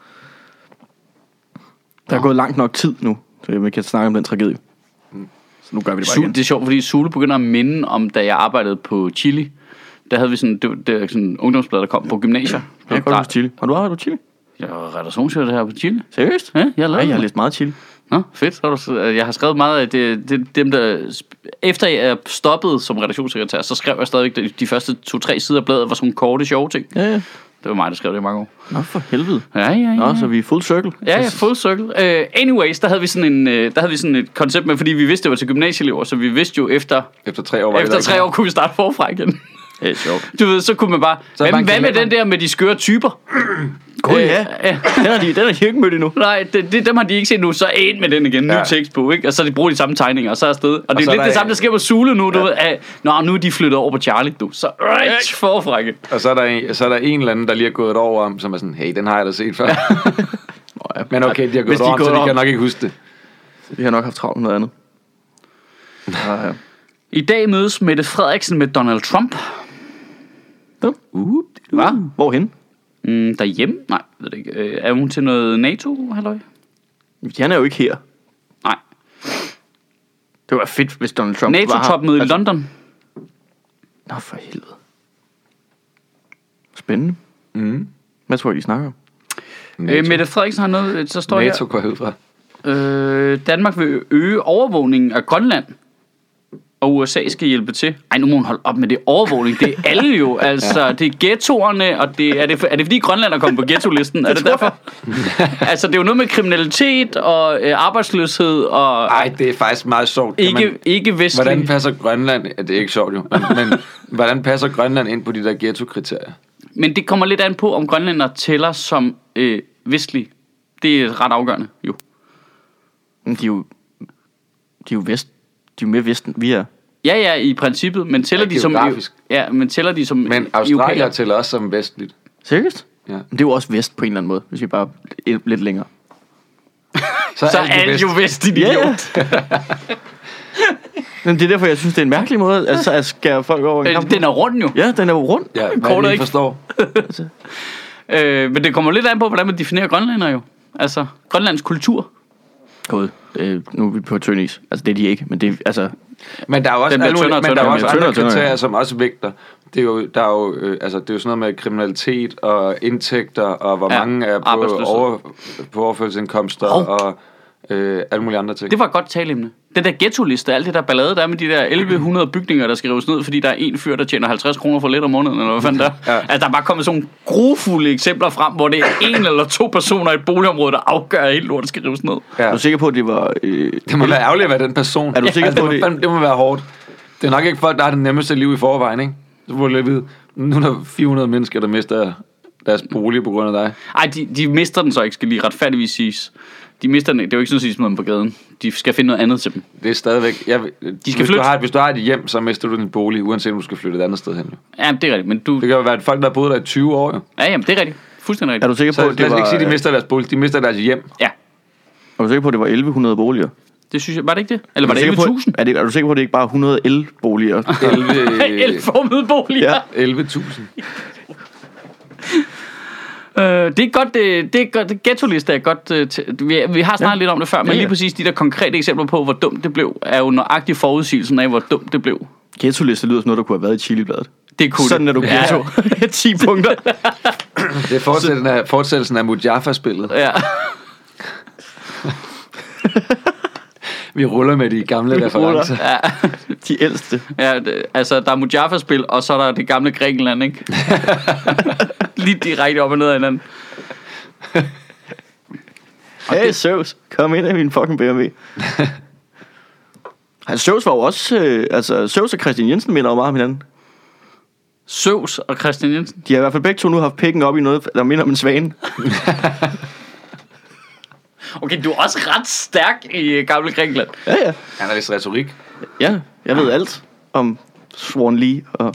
Der er gået langt nok tid nu, så vi kan snakke om den tragedie. Så nu gør vi det bare Zulu, igen. det er sjovt, fordi Zulu begynder at minde om, da jeg arbejdede på Chili. Der havde vi sådan, det, var- det var sådan en ungdomsblad, der kom på gymnasier. Jeg har godt hos Chili. Har du arbejdet på Chili? Jeg var redaktionschef her på Chili. Seriøst? Ja, jeg Ja, lavede jeg har det. læst meget Chili. Nå, fedt. Så har du- Jeg har skrevet meget af det, det, dem, der... Efter jeg stoppede som redaktionssekretær, så skrev jeg stadigvæk de, de første to-tre sider af bladet, var sådan nogle korte, sjove ting. Ja, ja. Det var mig, der skrev det i mange år. Nå, for helvede. Ja, ja, ja. Nå, så vi er full circle. Ja, ja, full circle. Uh, anyways, der havde vi sådan en, uh, der havde vi sådan et koncept med, fordi vi vidste, det var til gymnasieelever, så vi vidste jo efter, Efter tre år var det efter der tre ikke år kunne vi starte forfra igen. Det er sjovt. Du ved, så kunne man bare, Så er hvad, det bare en hvad med kalender. den der med de skøre typer? Gud, Øh, ja. ja. Den har de, den har de ikke mødt endnu. Nej, det, det, dem har de ikke set nu, så ind med den igen, ny Ja. tekst på, ikke? Og så de bruger de samme tegninger, og så er afsted. Og, og det er så lidt er det der- samme, der sker på Zulu nu, du ved, at, nå, nu er de flyttet over på Charlie, du. Så right, forfra igen. Og så er, der en, så er der en eller anden, der lige har gået et år om, som er sådan, hey, den har jeg da set før. Nå, ja. Men okay, de har Hvis gået de over er om, gået så de om. kan nok ikke huske det. Vi har nok haft travlt med noget andet. Ja, ja. I dag mødes Mette Frederiksen med Donald Trump. Uh, Hvad? Hvorhen? Mm, derhjemme? Nej, jeg ved det ikke. Øh, er hun til noget NATO, halløj? Han er jo ikke her. Nej. Det var fedt, hvis Donald Trump var her. NATO-topmøde i Altså- London. Nå, for helvede. Spændende. Mm. Hvad tror I, de snakker om? Øh, Mette Frederiksen har noget, så står NATO går jeg ud fra. her. Øh, Danmark vil øge overvågningen af Grønland. Og U S A skal hjælpe til. Ej, nu må hun holde op med det overvågning. Det er alle jo. Altså, det er ghettoerne, og det, er, det, er det fordi Grønland er kommet på ghetto-listen? Er det derfor? Altså, det er jo noget med kriminalitet og øh, arbejdsløshed og Ej, det er faktisk meget sjovt. Kan ikke, man, ikke vestlig. hvordan passer Grønland... Ja, det er ikke sjovt jo. Men, men hvordan passer Grønland ind på de der ghetto-kriterier? Men det kommer lidt an på, om grønlænder tæller som øh, vestlig. Det er ret afgørende, jo. Men de er jo, de er jo vest. De er jo mere vesten. Vi er. Ja, ja, i princippet, men tæller Ja, de som... geografisk. Ja, men tæller de som... Men Australier tæller også som vestligt. Seriøst? Ja. Men det er jo også vest på en eller anden måde, hvis vi bare er lidt længere. Så er alt jo vest, idiot. Ja, ja. Men det er derfor, jeg synes, det er en mærkelig måde altså, at skære folk over en Øh, kamp. Den er rund jo. Ja, den er jo rund. Ja, hvad Kortere jeg ikke. ikke forstår. Øh, men det kommer lidt an på, hvordan man definerer grønlænder jo. Altså, Grønlands kultur. God. Øh, nu er vi på tynd is. Altså, det er de ikke, men det er, altså... Men der er jo også, Den bliver alle mulige, tyndere og men der er tyndere. også Tyndere andre og tyndere, kriterier, ja. som også vægter. Det er jo, der er jo, øh, altså, det er jo sådan noget med kriminalitet og indtægter, og hvor Ja, ja, mange er på, arbejdsløshed. over, på overførselsindkomster Hov. og øh, alle mulige andre ting. Det var et godt talemne. Den der ghetto-liste, alt det der ballade, der er med de der elleve hundrede bygninger, der skal rives ned, fordi der er en fyr, der tjener halvtreds kroner for lidt om måneden, eller hvad fanden der er. Ja. Altså, der er bare kommet sådan nogle grufulde eksempler frem, hvor det er en eller to personer i et boligområde, der afgør, at helt lortet skal rives ned. Ja. Er du sikker på, at det var... Øh, Det må være ærgerligt at være den person. Er du sikker altså, på, det, det- må, fandme- det må være hårdt. Det er nok ikke folk, der har det nemmeste liv i forvejen, ikke? Så får du lidt vide, nu er der fire hundrede mennesker, der mister deres bolig på grund af dig. Ej, de, de mister den så ikke, skal lige retfærdigvis siges. De mister den ikke. Det er jo ikke sådan, at de smider dem på gaden. De skal finde noget andet til dem. Det er stadigvæk... Jeg, skal hvis, flytte. du har, hvis du har et hjem, så mister du din bolig, uanset om du skal flytte et andet sted hen. Jo. Ja, det er rigtigt, men du... Det kan jo være at folk, der har boet der i tyve år. Jo. Ja, jamen, det er rigtigt. Fuldstændig er rigtigt. du sikker Så på, lad at det os var... ikke sige, at de mister deres bolig. De mister deres hjem. Ja, Er du sikker på, at det var elleve hundrede boliger? det synes jeg... Var det ikke det? Eller var Er du det sikker på, elleve tusind? Er, det, er du sikker på, at det ikke bare er hundrede el-boliger? elleve Elformede boliger. Ja. elleve tusind. Øh, det er godt, det, det er godt, det ghetto-liste er godt, øh, til, vi, vi har snakket ja. lidt om det før, men Ja, ja. lige præcis de der konkrete eksempler på, hvor dumt det blev, er jo nøjagtig forudsigelsen af, hvor dumt det blev. Ghetto-liste lyder som noget, der kunne have været i Chili-bladet. Det kunne Sådan er du ghetto. Ja. ti punkter. Det er fortsættelsen af, fortsættelsen af Mujaffa-spillet. Ja. Vi ruller med de gamle Vi ruller. referencer. Ja. De ældste. Ja, det, altså der er Mujaffa-spil, og så er der det gamle Grækenland, ikke? Lige direkte op og ned af hinanden. Hey, det... Zeus, kom ind i min fucking B M W. Altså, Zeus var jo også... Øh, altså, Zeus og Christian Jensen minder jo meget om hinanden. Zeus og Christian Jensen? De har i hvert fald begge to nu haft pikken op i noget, der minder om en svane. Okay, du er også ret stærk i gamle Grækenland. Ja, ja. Han er vist retorik. Ja, jeg ved alt om Swan Lee og...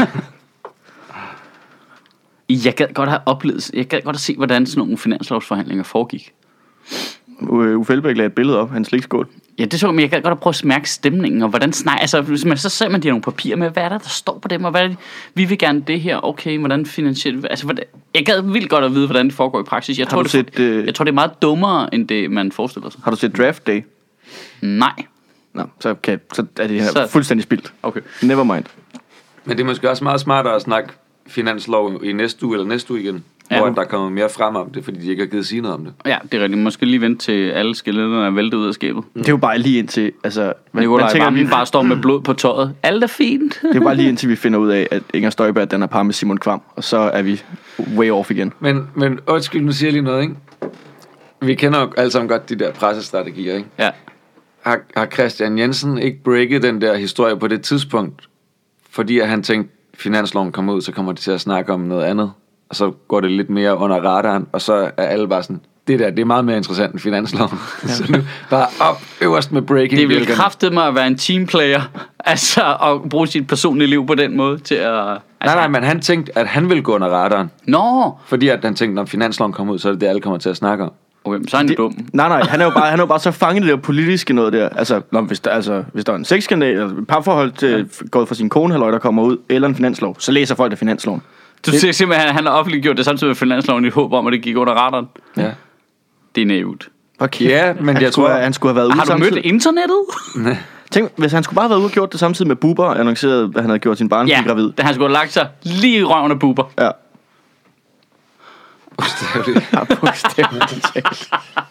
Jeg gad godt have oplevet, jeg gad godt have se, hvordan sådan nogle finanslovsforhandlinger foregik. Uffe Elbæk lagde et billede op, hans slikskål. Ja, det så, men jeg gad godt have prøvet at mærke stemningen, og hvordan snak, altså, hvis man så ser man de nogle papirer med, hvad er der, der står på dem, og hvad er det, vi vil gerne det her, okay, hvordan finansierer det, altså, hvordan, jeg gad vildt godt at vide, hvordan det foregår i praksis. Jeg, tror, det, set, øh... jeg tror, det er meget dummere, end det, man forestiller sig. Har du set Draft Day? Nej. Nå, så, okay, så er det her så... fuldstændig spildt. Okay. Never mind. Men det er måske også meget smartere at snakke finanslov i næste uge eller næste uge igen, ja. Hvor der kommer mere frem om det, fordi de ikke har givet sige noget om det. Ja, det er rigtigt. Måske lige vente til alle skeletterne er væltet ud af skabet. Mm. Det er jo bare lige indtil, altså... Man, man tænker, at vi bare står med blod på tøjet. Alt er fint. Det er bare lige indtil vi finder ud af, at Inger Støjberg, den er par med Simon Kvam, og så er vi way off igen. Men, men undskyld, nu siger jeg lige noget, ikke? Vi kender jo alle sammen godt de der pressestrategier, ikke? Ja. Har, har Christian Jensen ikke breaket den der historie på det tidspunkt, fordi at han tænkte, finansloven kommer ud, så kommer de til at snakke om noget andet, og så går det lidt mere under radaren, og så er alle bare sådan, det der, det er meget mere interessant end finansloven. Ja. Så nu bare op øverst med breaking. Det vil kraftedeme mig at være en teamplayer, altså at bruge sit personlige liv på den måde til at... Altså, nej, nej, men han tænkte, at han ville gå under radaren. Nå! Fordi at han tænkte, når finansloven kommer ud, så er det det, alle kommer til at snakke om. Okay, så er han det, dum. Nej, nej, han er jo bare, han er jo bare så fanget i det der politiske noget der. Altså, når, hvis, der, altså, hvis der er en sexskandal, eller et parforhold til, ja. gået fra sin kone, der kommer ud, eller en finanslov, så læser folk af finansloven. Du siger simpelthen, at han har offentliggjort det samtidig med finansloven i håb om, at det gik under radaren? Ja. Det er naivt. Okay. Ja, men han jeg skulle, tror... Han skulle have været ude har du samtidig. mødt internettet? Nej. Tænk, hvis han skulle bare have været ude og gjort det samtidig med Bubber, og annonceret, at han havde gjort sin barnepige ja, gravid. Ja, han skulle have lagt sig lige i røven af Bubber. Ja. Bogstaveligt. Ja, bogstaveligt.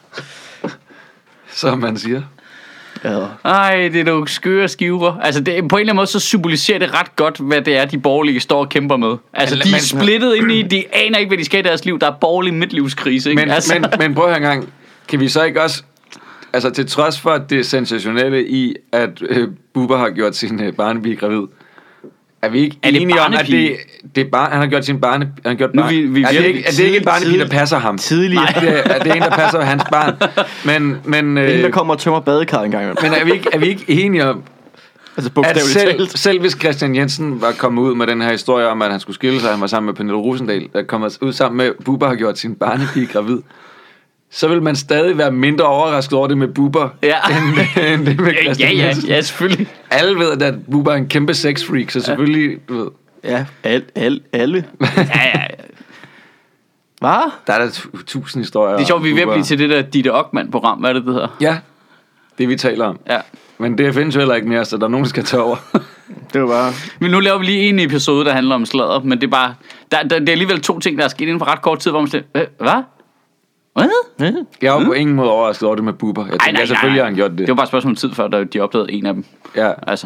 Som man siger. Ja. Ej, det er nogle skøre skiver. Altså, det, på en eller anden måde, så symboliserer det ret godt, hvad det er, de borgerlige står og kæmper med. Altså, men, de er men, splittet ind i, de aner ikke, hvad de skal i deres liv. Der er borgerlig midtlivskrise, ikke? Men, altså. men, men prøv at høre en gang. Kan vi så ikke også... Altså, til trods for det sensationelle i, at øh, Bubber har gjort sin øh, barnepige gravid, er vi ikke er enige om, at det, det er bare, han har gjort sin barne, han har gjort barne, vi, vi er, det ikke, er det ikke en barnepige, der passer ham? Tidligere. Nej, det er, det er en, der passer hans barn. Men, men, øh, en, der øh, kommer og tømmer badekarret en gang. Men er vi ikke, er vi ikke enige om, altså, at selv, selv hvis Christian Jensen var kommet ud med den her historie om, at han skulle skille sig, han var sammen med Pernille Rosendal, der kommer ud sammen med, Bubber har gjort sin barnepige gravid, så vil man stadig være mindre overrasket over det med Bubber, ja. end, end det med Christian ja, ja, Jensen. ja, selvfølgelig. Alle ved, at Bubber er en kæmpe sexfreak, så selvfølgelig, ja. Du ved. Ja, al, al, alle. ja, ja, ja. Hvad? Der er der tusind historier. Det er sjovt, vi er ved at blive til det der Ditte Okman-program, hvad er det, det hedder? Ja, det vi taler om. Ja. Men det findes jo heller ikke mere, så der er nogen, der skal tage over. Det var bare... Men nu laver vi lige en episode, der handler om sladder, men det er bare... Der, der, det er alligevel to ting, der er sket inden for ret kort tid, hvor man siger, hvad? Hvad? Ja. Jeg var på ingen måde overrasket over det med Bubber. Jeg tænkte, nej, nej, ja, selvfølgelig nej. har han gjort det. Det var bare et spørgsmål om tid, før der, de opdagede en af dem. Ja. Altså.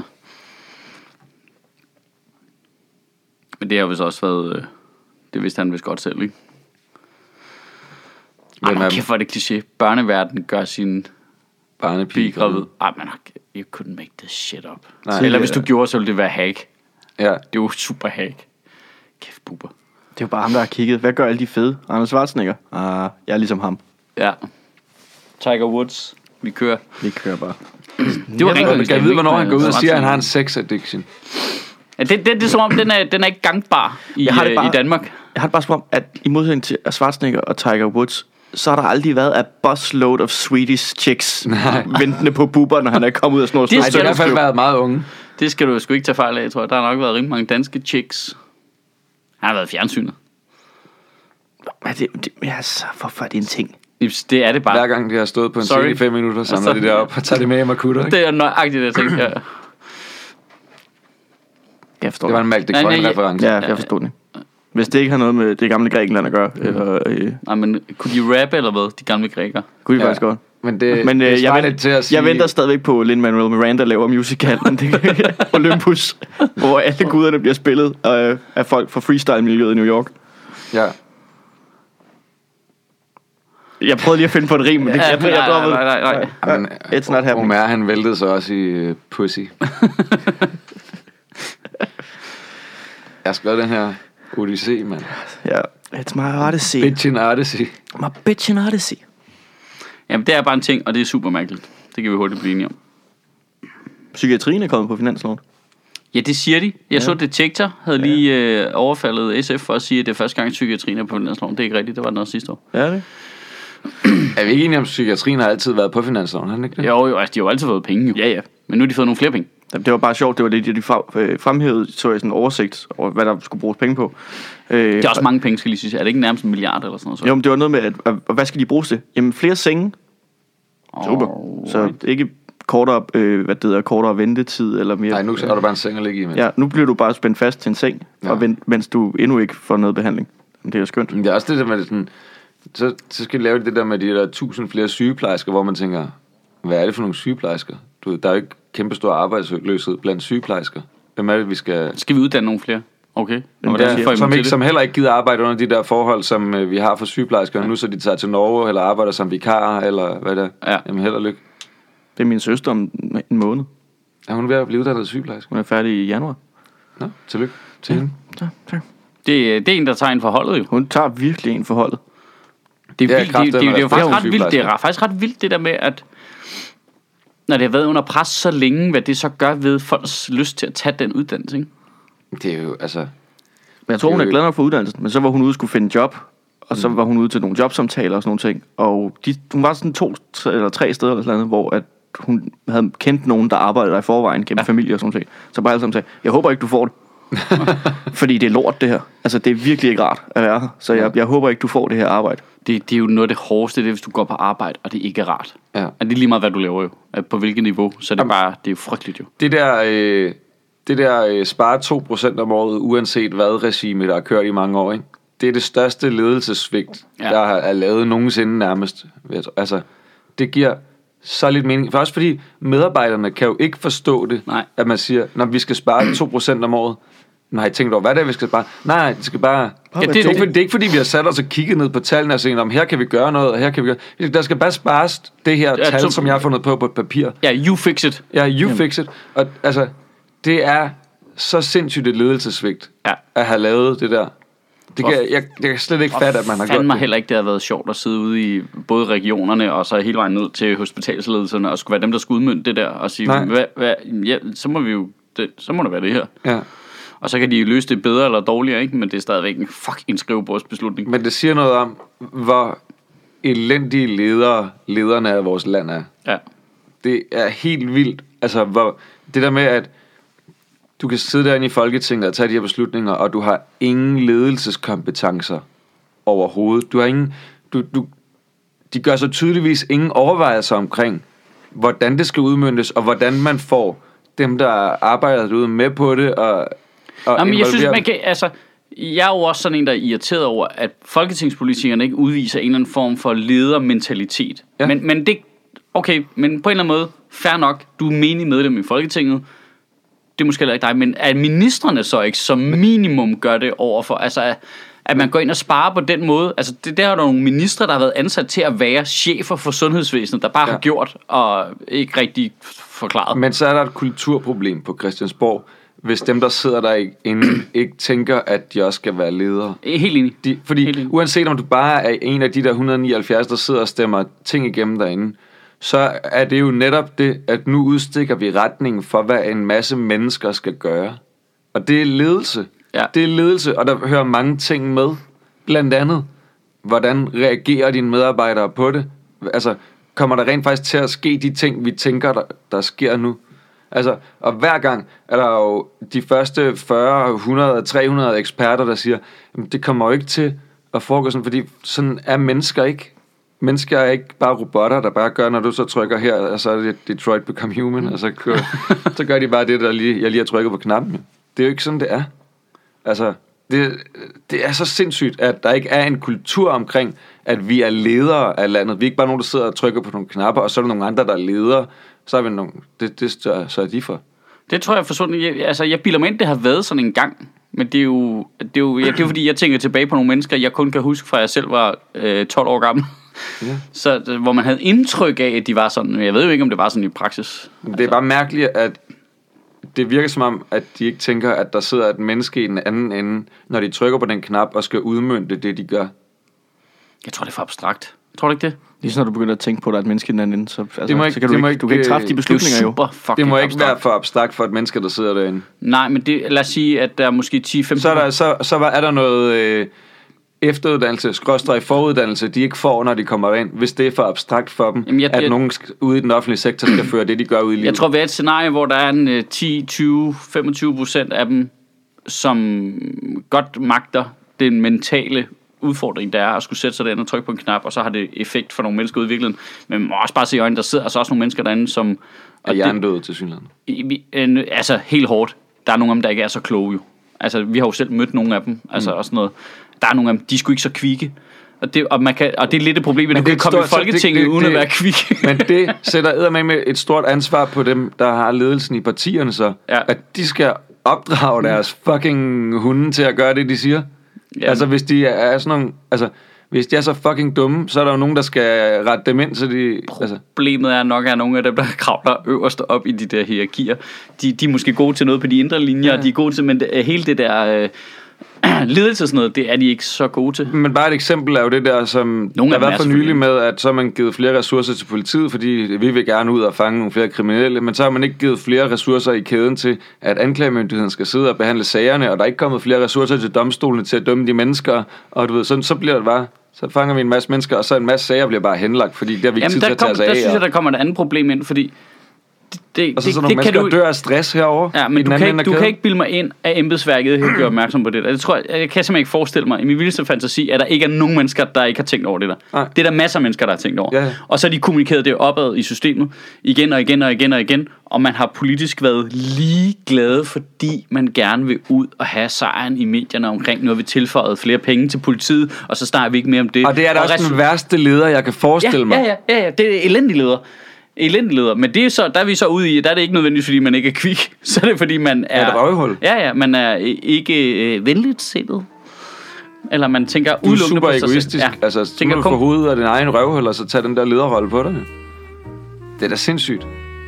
Men det har vist også været... Øh, det vidste han vist godt selv, ikke? Ej, man kæft, hvor er det kliché. Børneverden gør sin barnepige gravid. Ej, man you couldn't make this shit up. Nej, eller hvis du gjorde, så ville det være hack. Ja. Det er jo super hack. Kæft, Bubber. Det er jo bare ham, der har kigget. Hvad gør alle de fede? Arnold Schwarzenegger? Ah, jeg er ligesom ham. Ja. Tiger Woods. Vi kører. Vi kører bare. Det var rigtig. Jeg kan vide, hvornår han går ud og siger, at han har en sex addiction. Ja, det, det, det er som om, den er, den er ikke gangbar i, jeg har det bare, i Danmark. Jeg har det bare som om, at i modsætning til Schwarzenegger og Tiger Woods, så har der aldrig været a busload of Swedish chicks ventende på Bubber, når han er kommet ud af sådan noget. Det har i hvert fald været meget unge. Det skal du sgu ikke tage fejl af, tror jeg. Der har nok været rimelig mange danske chicks. Han har været fjernsynet. Men det, det, altså, hvorfor er det en ting? Det er det bare. Hver gang de har stået på en scene i fem minutter, samler altså, de det op og tager det med hjem og kutter, ikke? Det er nøjagtigt, det jeg tænkte, ja. Jeg forstår det var en Malk de Coin-reference. Ja, jeg forstår det. Hvis det ikke har noget med det gamle Grækenland at gøre. Mm. Eller, øh... Nej, men kunne de rappe eller hvad, de gamle grækere? Kunne de ja, faktisk godt. Men, det, men øh, det jeg, vent, til at sige... jeg venter stadigvæk på Lin-Manuel Miranda laver musicalen Olympus, hvor alle guderne bliver spillet øh, af folk fra freestyle-miljøet i New York. Ja. Jeg prøvede lige at finde på et rim, men det Ja, jeg, jeg, jeg, nej, nej, nej, nej. Jamen, It's not happening. Homer, han væltede så også i uh, Pussy. Jeg skal den her Odyssey, mand. Ja, it's my odyssey. Bitchin' Odyssey. My bitchin' odyssey. Jamen, det er bare en ting, og det er super mærkeligt. Det kan vi hurtigt blive enige om. Psykiatrien er kommet på finansloven. Ja, det siger de. Jeg ja. så Detektor havde lige øh, overfaldet S F for at sige, at det er første gang, psykiatrien er på finansloven. Det er ikke rigtigt, det var noget sidste år. Ja, det. Er vi ikke enige om, at psykiatrien har altid været på finansloven, har den ikke det? Jo, jo, altså, de har jo altid fået penge, jo. Ja, ja. Men nu har de fået nogle flere penge. Det var bare sjovt, det var det, de fremhævede, så jeg sådan en oversigt over, hvad der skulle bruges penge på. Det er også mange penge, skal lige sige. Er det ikke nærmest en milliard eller sådan noget? Så? Jo, men det var noget med, at, at, at hvad skal de bruges til? Jamen, flere senge. Super. Oh, så right. Ikke kortere, øh, hvad det hedder, kortere ventetid eller mere. Nej, nu er der bare en seng at ligge i. Men. Ja, nu bliver du bare spændt fast til en seng, ja. og vent, mens du endnu ikke får noget behandling. Det er skønt. Men det er også det der med sådan, så, så skal de lave det der med de der tusind flere sygeplejersker, hvor man tænker, hvad er det for nogle sygeplejersker? Du ved, der er jo ikke kæmpestor arbejdsløshed blandt sygeplejersker. Hvem er det, vi skal... Skal vi uddanne nogle flere? Okay. Der, der, som, ikke, som heller ikke gider arbejde under de der forhold, som øh, vi har for sygeplejersker, ja. Nu så de tager til Norge, eller arbejder som vikarer, eller hvad det er. Ja. Jamen held og lykke. Det er min søster om en måned. Er hun ved at blive uddannet sygeplejerske? Hun er færdig i januar. Nå, tillykke til ja. hende. Ja, tak. Det, det er en, der tager en forholdet jo. Hun tager virkelig en forholdet. Det er, vildt, det, det, det, det er jo faktisk ret vildt. Det er faktisk ret vildt det der med, at når det har været under pres så længe, hvad det så gør ved folks lyst til at tage den uddannelse, ikke? Det er jo, altså... Men jeg tror, hun er glad nok for uddannelsen, men så var hun ude og skulle finde job, og så var hun ude til nogle jobsamtaler og sådan nogle ting. Og de, hun var sådan to tre, eller tre steder eller sådan noget, hvor at hun havde kendt nogen, der arbejdede der i forvejen gennem ja. familie og sådan noget. Så bare alle sammen sagde, jeg håber ikke, du får det. Fordi det er lort, det her. Altså, det er virkelig ikke rart at være her. Så jeg, jeg håber ikke, du får det her arbejde. Det, det er jo noget af det hårdeste, det er, hvis du går på arbejde, og det ikke er rart. Ja. Og det er lige meget, hvad du laver jo. På hvilket niveau. Så det er bare, det er jo frygteligt jo. Det der, øh, det der øh, spare to procent om året, uanset hvad regime, der har kørt i mange år, ikke? Det er det største ledelsessvigt, ja. der er lavet nogensinde nærmest. Altså, det giver så lidt mening. For også fordi medarbejderne kan jo ikke forstå det, nej. At man siger, når vi skal spare to procent om året. Nej, jeg tænkt over, hvad det er, vi skal spare? Nej, nej, det skal bare... Ja, det, det, er ikke, det er ikke fordi, vi har sat os og kigget ned på tallene og sagt, om her kan vi gøre noget, og her kan vi gøre... Der skal bare spares det her ja, tal, to... som jeg har fundet på på et papir. Ja, you fix it. Ja, you Jamen. fix it. Og altså, det er så sindssygt et ledelsesvigt, ja. At have lavet det der. Det kan, jeg, jeg kan slet ikke fatte, at man har gjort det. mig heller ikke, det har været sjovt at sidde ude i både regionerne og så hele vejen ned til hospitalsledelserne og skulle være dem, der skulle udmønte det der og sige, hvad, hvad, ja, så må vi jo, det, så må det være det her. Ja. Og så kan de løse det bedre eller dårligere, ikke? Men det er stadigvæk en fucking skrivebordsbeslutning. Men det siger noget om, hvor elendige ledere, lederne af vores land er. Ja. Det er helt vildt. Altså, hvor, det der med, at du kan sidde derinde i Folketinget og tage de her beslutninger, og du har ingen ledelseskompetencer overhovedet. Du har ingen... Du, du, de gør så tydeligvis ingen overvejelser omkring, hvordan det skal udmøntes, og hvordan man får dem, der arbejder derude med på det, og, og Jamen, jeg synes, man kan, altså, jeg er jo også sådan en, der er irriteret over, at folketingspolitikerne ikke udviser en eller anden form for ledermentalitet. Ja. Men, men det, okay, men på en eller anden måde, fair nok, du er menig medlem i Folketinget, det er måske heller ikke dig, men at ministrene så ikke som minimum gør det overfor, altså at, at man går ind og sparer på den måde, altså det, der er der nogle ministre, der har været ansat til at være chefer for sundhedsvæsenet, der bare ja. har gjort og ikke rigtig forklaret. Men så er der et kulturproblem på Christiansborg, hvis dem, der sidder derinde, ikke tænker, at de også skal være ledere. Helt enig. De, fordi Helt enig. Uanset om du bare er en af de der et hundrede nioghalvfjerds, der sidder og stemmer ting igennem derinde, så er det jo netop det, at nu udstikker vi retningen for, hvad en masse mennesker skal gøre. Og det er ledelse. Ja. Det er ledelse, og der hører mange ting med. Blandt andet, hvordan reagerer dine medarbejdere på det? Altså, kommer der rent faktisk til at ske de ting, vi tænker, der, der sker nu? Altså, og hver gang er der jo de første fyrre, hundrede, tre hundrede eksperter, der siger, jamen, det kommer jo ikke til at foregå sådan, fordi sådan er mennesker ikke. Mennesker er ikke bare robotter, der bare gør, når du så trykker her, og så er det Detroit Become Human, og så, kører, så gør de bare det, der lige, jeg lige har trykket på knappen. Det er jo ikke sådan, det er. Altså, det, det er så sindssygt, at der ikke er en kultur omkring, at vi er ledere af landet. Vi er ikke bare nogen, der sidder og trykker på nogle knapper, og så er der nogle andre, der er ledere. Så er vi nogle, det, det så er de for. Det tror jeg forsvundet. Jeg, altså, jeg bilder mig ind, det har været sådan en gang. Men det er jo, det er jo, ja, det er jo fordi, jeg tænker tilbage på nogle mennesker, jeg kun kan huske fra, jeg selv var øh, tolv år gammel. Ja. Så, hvor man havde indtryk af, at de var sådan. Men jeg ved jo ikke, om det var sådan i praksis. Det er bare mærkeligt, at det virker som om, at de ikke tænker, at der sidder et menneske i den anden ende, når de trykker på den knap og skal udmønte det, de gør. Jeg tror, det er for abstrakt. Tror du ikke det? Lige så når du begynder at tænke på, at der er et menneske i den anden ende, så, altså, Det må ikke- så kan du det må ikke, du kan ikke ikke, træffe de øh, beslutninger det er jo. super fucking Det må ikke abstrakt. være for abstrakt for et menneske, der sidder derinde. Nej, men det, lad os sige, at der er måske ti femten... Så er der, så, så er der noget øh, efteruddannelse, skråstreg foruddannelse, de ikke får, når de kommer ind, hvis det er for abstrakt for dem, Jamen, jeg- at jeg- nogen sk- ude i den offentlige sektor skal føre det, de gør ude i livet. Jeg tror, vi er et scenarie, hvor der er en øh, ti, tyve, femogtyve procent af dem, som godt magter den mentale udfordring, der er at skulle sætte sig derinde og trykke på en knap, og så har det effekt for nogle mennesker ude i virkeligheden. Men man må også bare se i øjnene, der sidder altså også nogle mennesker derinde, som... Og hjernedøde til synligheden. I- vi- en- altså helt hårdt. Der er nogle af dem, der ikke er så kloge jo. Altså vi har jo selv mødt nogle af dem, altså mm. og sådan noget. Der er nogle af dem, de er sgu ikke så kvikke. Og det, og man kan, og det er lidt et problem, at Men du det kan er komme i stort- så Folketinget det- det- uden at det- være kvik. Men det sætter eddermame med et stort ansvar på dem, der har ledelsen i partierne så, Ja. at de skal opdrage deres fucking hunde til at gøre det, de siger. Ja. Altså hvis de er sådan nogle, altså hvis de er så fucking dumme, så er der jo nogen, der skal rette dem ind, så de... Altså, Problemet er nok, at nogle af dem, der kravler øverst op i de der hierarkier, de, de er måske gode til noget på de indre linjer, ja. Ja. De er gode til, men det, hele det der øh, ledelse og sådan noget, det er de ikke så gode til. men bare et eksempel er jo det der, som Nogle der af dem har er været for nylig selvfølgelig. med, at så har man givet flere ressourcer til politiet, fordi vi vil gerne ud og fange nogle flere kriminelle, men så har man ikke givet flere ressourcer i kæden til, at anklagemyndigheden skal sidde og behandle sagerne, og der er ikke kommet flere ressourcer til domstolene til at dømme de mennesker, og du ved, sådan, så bliver det bare... Så fanger vi en masse mennesker, og så en masse sager bliver bare henlagt, fordi det har vi ikke Jamen tid til der, at tage kom, os af. der synes og- jeg, der kommer et andet problem ind, fordi det, det, Og så det, sådan nogle det mennesker, kan der du, dør af stress herovre. ja, i men den du anden kan, ende ikke, af du kan kæden. ikke bilde mig ind, at embedsværket kan gøre opmærksom på det. Jeg tror, jeg kan simpelthen ikke forestille mig, i min vildeste fantasi, at der ikke er nogen mennesker, der ikke har tænkt over det der. Nej. Det er der masser af mennesker, der har tænkt over. Ja, ja. Og så har de kommunikeret det opad i systemet, igen og igen og igen og igen, og man har politisk været ligeglade, fordi man gerne vil ud og have sejren i medierne omkring, nu har vi tilføjet flere penge til politiet, og så snakker vi ikke mere om det. Og det er da også resten- den værste leder, jeg kan forestille ja, mig. Ja, ja, ja, ja, det er elendig leder. Elendig leder. Men det er så, der er vi så ude i, der er det ikke nødvendigvis, fordi man ikke er kvik. Så er det, fordi man er... Er det røvhul? Ja, ja, man er ikke øh, venligt sindet. Eller man tænker Du er udelukkende super på sig selv. egoistisk. Ja. Altså, så Tænker må du kun- få hovedet af din egen røvhul, og så tage den der lederrolle på dig. Det er da sindssygt.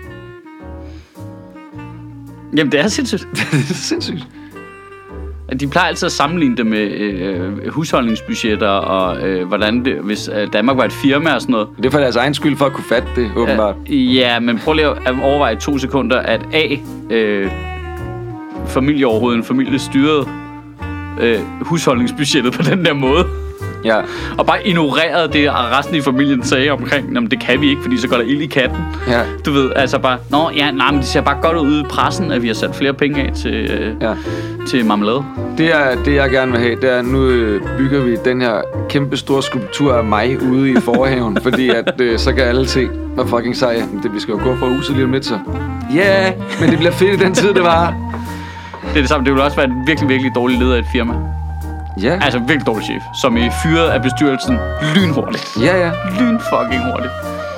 Jamen, det er sindssygt. det er sindssygt. De plejer altid at sammenligne det med øh, husholdningsbudgetter, og øh, hvordan det, hvis øh, Danmark var et firma og sådan noget. Det er for deres egen skyld for at kunne fatte det, åbenbart. Ja, men prøv lige at overveje i to sekunder, at A, øh, familie overhovedet, en familie styrede øh, husholdningsbudgettet på den der måde, Ja. og bare ignorerede det, og resten i familien sagde omkring, jamen det kan vi ikke, fordi så går der ild i katten. Ja. Du ved, altså bare, nå ja, nej, men det ser bare godt ud ude i pressen, at vi har sat flere penge af til, øh, Ja. til marmelade. Det, er, det jeg gerne vil have, det er, nu øh, bygger vi den her kæmpe store skulptur af mig ude i forhaven, fordi at, øh, så kan alle se, hvor fucking sej jeg er. Det, vi skal jo gå fra huset lige om lidt, så. Ja, yeah, men det bliver fedt i den tid, det var. Det er det samme, det vil også være en virkelig, virkelig dårlig leder af et firma. Ja, Altså virkelig dårlig chef, som er fyret af bestyrelsen lynhurtigt. ja, ja. Lyn fucking hurtigt.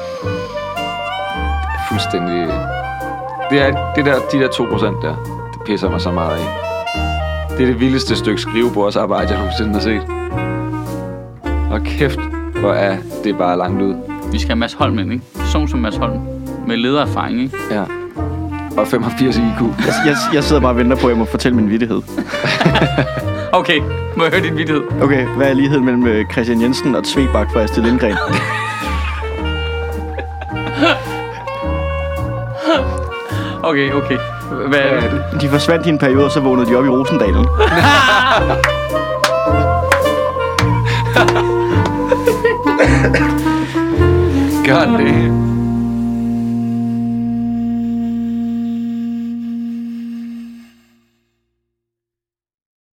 Fuldstændig. Det er det der, de der to procent der, det pisser mig så meget af. Det er det vildeste stykke skrivebordsarbejde, jeg nogensinde har set. Og kæft, hvor er det bare langt ud. Vi skal have Mads Holm ind, ikke? Sådan som Mads Holm. Med ledererfaring, ikke? Ja. Og femogfirs I Q. Jeg, jeg, jeg sidder bare og venter på, at jeg må fortælle min vittighed. Okay, må jeg høre din vittighed? Okay, hvad er ligheden mellem øh, Christian Jensen og Tvebak fra Astrid Lindgren? Okay, okay. Hvad er det? De forsvandt i en periode, og så vågnede de op i Rosendalen. God damn.